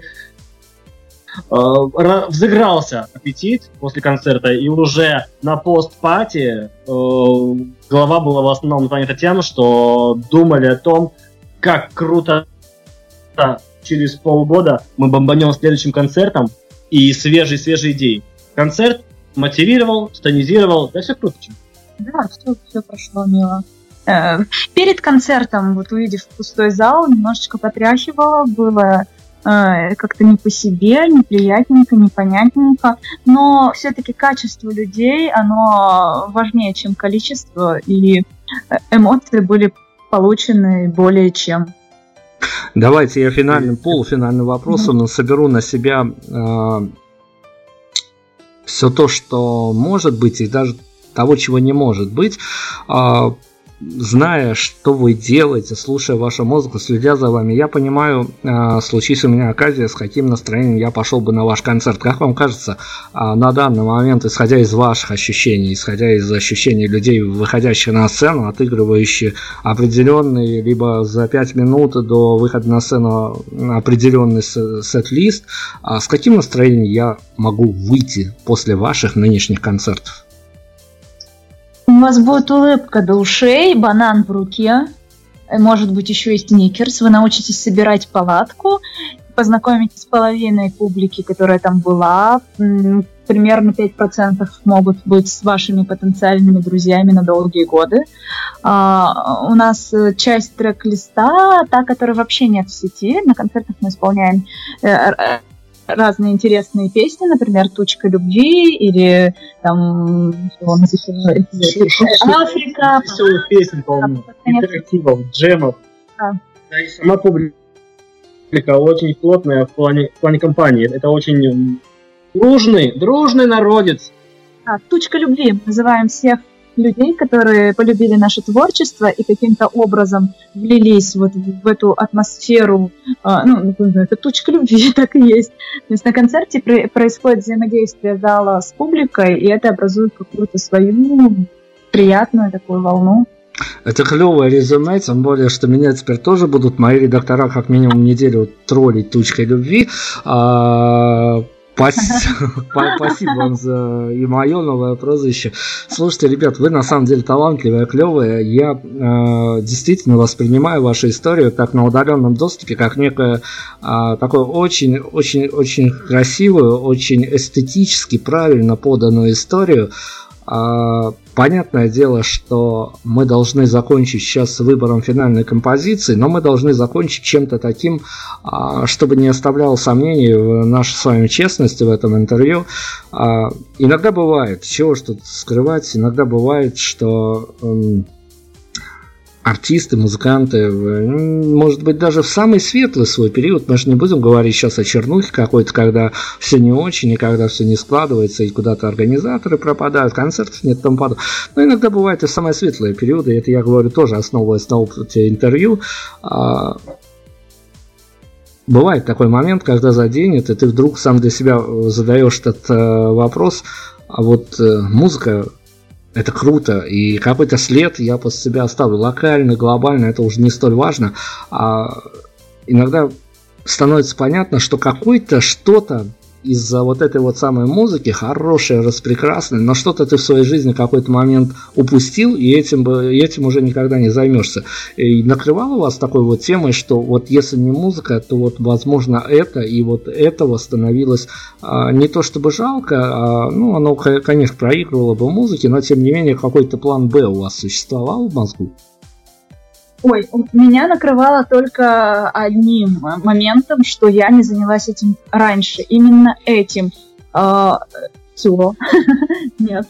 А, взыгрался аппетит после концерта, и уже на пост-пати а, голова была в основном занята тем, что думали о том, как круто через полгода мы бомбанем следующим концертом и свежие-свежие идеи. Концерт мотивировал, стонизировал, да все круто. Да, все, все прошло мило. Э, перед концертом, вот увидев пустой зал, немножечко потряхивало, было э, как-то не по себе, неприятненько, непонятненько, но все-таки качество людей, оно важнее, чем количество, и эмоции были получены более чем. Давайте я финальным, полуфинальным вопросом mm-hmm. соберу на себя э, все то, что может быть, и даже того, чего не может быть. Э, Зная, что вы делаете, слушая вашу музыку, следя за вами, я понимаю, э, случись у меня оказия, с каким настроением я пошел бы на ваш концерт. Как вам кажется, э, на данный момент, исходя из ваших ощущений, исходя из ощущений людей, выходящих на сцену, отыгрывающих определенный, либо за пять минут до выхода на сцену определенный сет-лист, э, с каким настроением я могу выйти после ваших нынешних концертов? У вас будет улыбка до ушей, банан в руке, может быть еще и сникерс. Вы научитесь собирать палатку, познакомитесь с половиной публики, которая там была. Примерно пять процентов могут быть с вашими потенциальными друзьями на долгие годы. А, у нас часть трек-листа, та, которая вообще нет в сети. На концертах мы исполняем разные интересные песни, например, «Тучка любви» или там «Африка». Веселых песен полно, интерактивов, джемов. Да. Да, и сама публика очень плотная в плане, в плане компании. Это очень дружный, дружный народец. А, «Тучка любви». Называем всех людей, которые полюбили наше творчество и каким-то образом влились вот в эту атмосферу, э, ну, это «Тучка любви», так и есть. То есть на концерте при, происходит взаимодействие зала с публикой, и это образует какую-то свою приятную такую волну. Это клевое резюме, тем более, что меня теперь тоже будут мои редактора как минимум неделю троллить «Тучкой любви». А- Спасибо вам за и мое новое прозвище. Слушайте, ребят, вы на самом деле талантливые, клевые. Я э, действительно воспринимаю вашу историю так на удаленном доступе, как некую э, такую очень-очень-очень красивую, очень эстетически правильно поданную историю. Э, понятное дело, что мы должны закончить сейчас с выбором финальной композиции, но мы должны закончить чем-то таким, чтобы не оставляло сомнений в нашей с вами честности в этом интервью. Иногда бывает, чего ж тут скрывать, иногда бывает, что артисты, музыканты, может быть, даже в самый светлый свой период, мы же не будем говорить сейчас о чернухе какой-то, когда все не очень, и когда все не складывается, и куда-то организаторы пропадают, концертов нет, тому подобное. Но иногда бывает и самые светлые периоды, это я говорю тоже, основываясь на опыте интервью. Бывает такой момент, когда заденет, и ты вдруг сам для себя задаешь этот вопрос, а вот музыка, это круто, и какой-то след я после себя оставлю. Локально, глобально, это уже не столь важно. А иногда становится понятно, что какой-то что-то из-за вот этой вот самой музыки, хорошей, распрекрасной, но что-то ты в своей жизни в какой-то момент упустил, и этим, бы, и этим уже никогда не займешься. И накрывало вас такой вот темой, что вот если не музыка, то вот возможно это, и вот этого становилось а, не то чтобы жалко, а, ну оно, конечно, проигрывало бы музыке, но тем не менее какой-то план Б у вас существовал в мозгу? Ой, меня накрывало только одним моментом, что я не занялась этим раньше. Именно этим. А, все. Нет.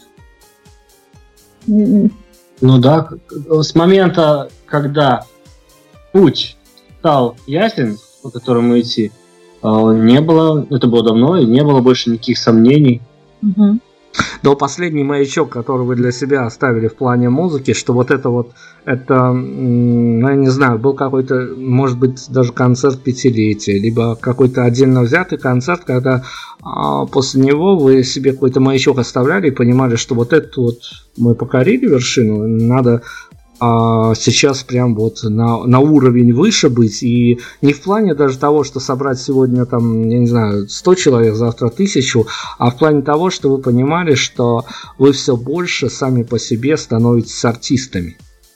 Ну да, с момента, когда путь стал ясен, по которому идти, не было, это было давно, и не было больше никаких сомнений. Угу. Но последний маячок, который вы для себя оставили в плане музыки, что вот это вот, это, ну, я не знаю, был какой-то, может быть, даже концерт пятилетия, либо какой-то отдельно взятый концерт, когда а, после него вы себе какой-то маячок оставляли и понимали, что вот это вот мы покорили вершину, надо а сейчас прям вот на, на уровень выше быть, и не в плане даже того, что собрать сегодня там, я не знаю, сто человек, завтра тысячу, а в плане того, что вы понимали, что вы все больше сами по себе становитесь артистами.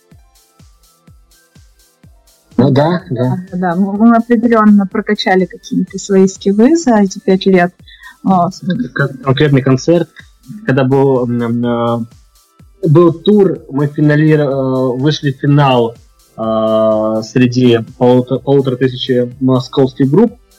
Ну да, да. Да, да, мы определенно прокачали какие-то свои скиллы за эти пять лет. Конкретный концерт, когда был... Был тур, мы финали, вышли в финал э, среди полутора, полутора тысячи московских групп.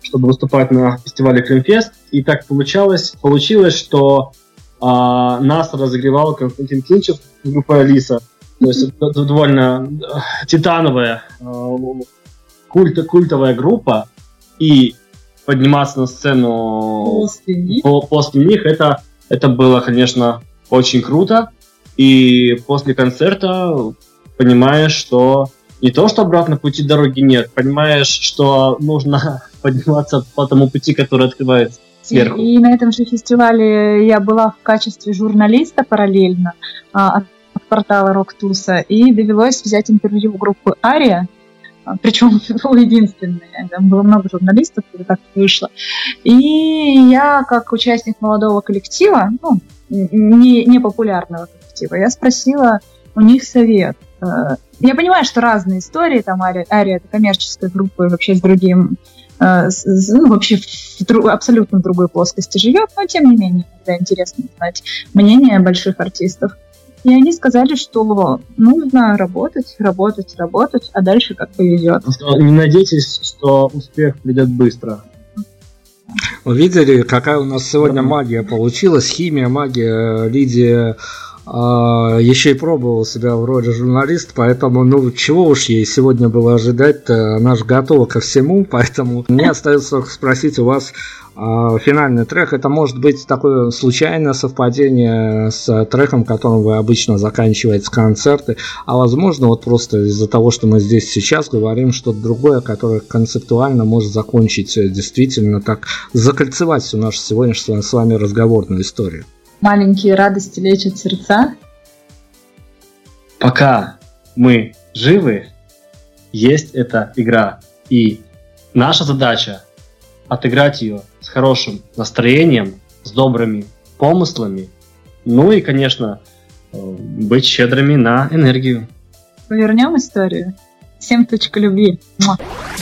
чтобы выступать на фестивале Крымфест. И так получалось, получилось, что а, нас разогревал Константин Кинчев из группы Алиса. То есть это довольно титановая, культ, культовая группа. И подниматься на сцену после них, после них это, это было, конечно, очень круто. И после концерта понимаешь, что не то, что обратно пути дороги нет, понимаешь, что нужно подниматься по тому пути, который открывается сверху. И, и на этом же фестивале я была в качестве журналиста параллельно а, от, от портала Рок-Туса, и довелось взять интервью у группы Ария, а, причем было единственное, там было много журналистов, и так вышло. И я, как участник молодого коллектива, ну, не, не популярного коллектива, я спросила у них совет. Я понимаю, что разные истории, там Ария, Ария это коммерческая группа и вообще с другим, с, ну, вообще в друг, абсолютно в другой плоскости живет, но тем не менее, иногда интересно знать мнение больших артистов. И они сказали, что нужно работать, работать, работать, а дальше как повезет. Не надейтесь, что успех придет быстро. Вы видели, какая у нас сегодня магия получилась, химия, магия. Лидия а, еще и пробовала себя в роли журналиста, поэтому, ну, чего уж ей сегодня было ожидать-то, она же готова ко всему, поэтому мне остается только спросить у вас а, финальный трек. Это может быть такое случайное совпадение с треком, которым вы обычно заканчиваете концерты, а возможно, вот просто из-за того, что мы здесь сейчас говорим что-то другое, которое концептуально может закончить действительно так, закольцевать всю нашу сегодняшнюю с вами разговорную историю. Маленькие радости лечат сердца. Пока мы живы, есть эта игра. И наша задача отыграть ее с хорошим настроением, с добрыми помыслами, ну и, конечно, быть щедрыми на энергию. Повернем историю. Всем точка любви. Муа.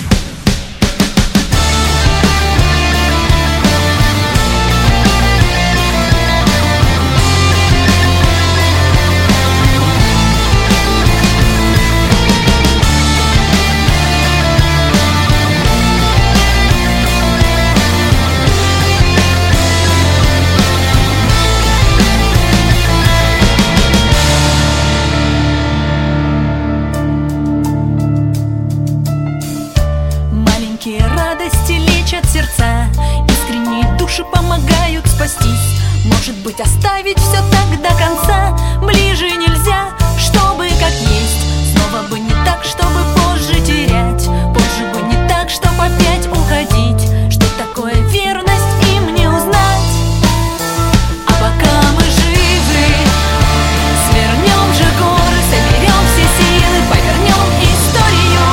Может быть, оставить все так до конца. Ближе нельзя, чтобы как есть. Снова бы не так, чтобы позже терять. Позже бы не так, чтобы опять уходить. Что такое верность, им не узнать. А пока мы живы, свернем же горы, соберем все силы, повернем историю.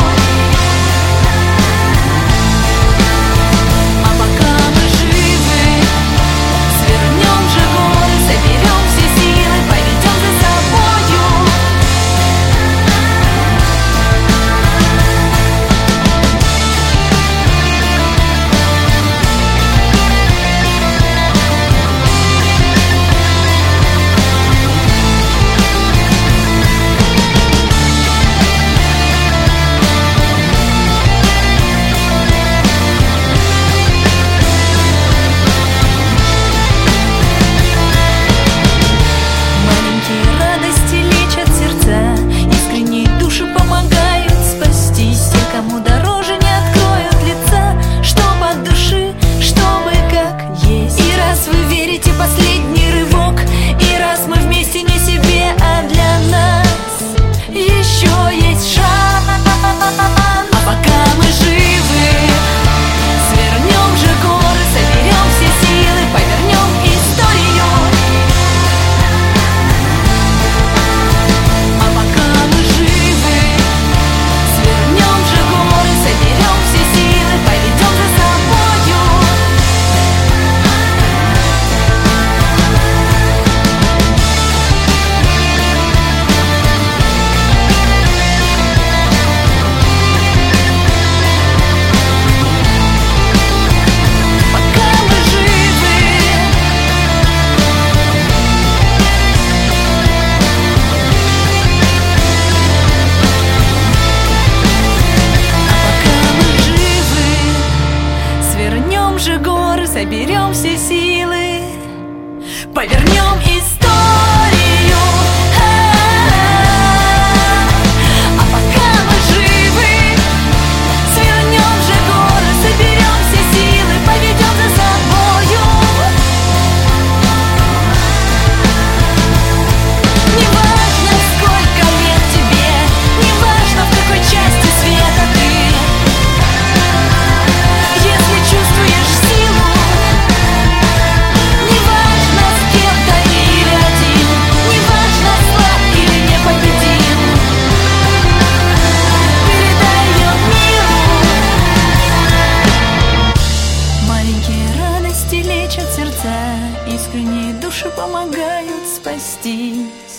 А пока мы живы, свернем же горы, соберем все силы, поведем за собою. соберем все силы, повернем историю. А пока мы живы, свернем же горы, соберем все силы, поведем за собою. Неважно, сколько лет тебе, неважно, в какой части света ты, если чувствуешь силу, неважно, с кем-то или один, неважно, слаб или непобедим, передаем миру. Маленькие радости лечат сердца, искренние души помогают спастись.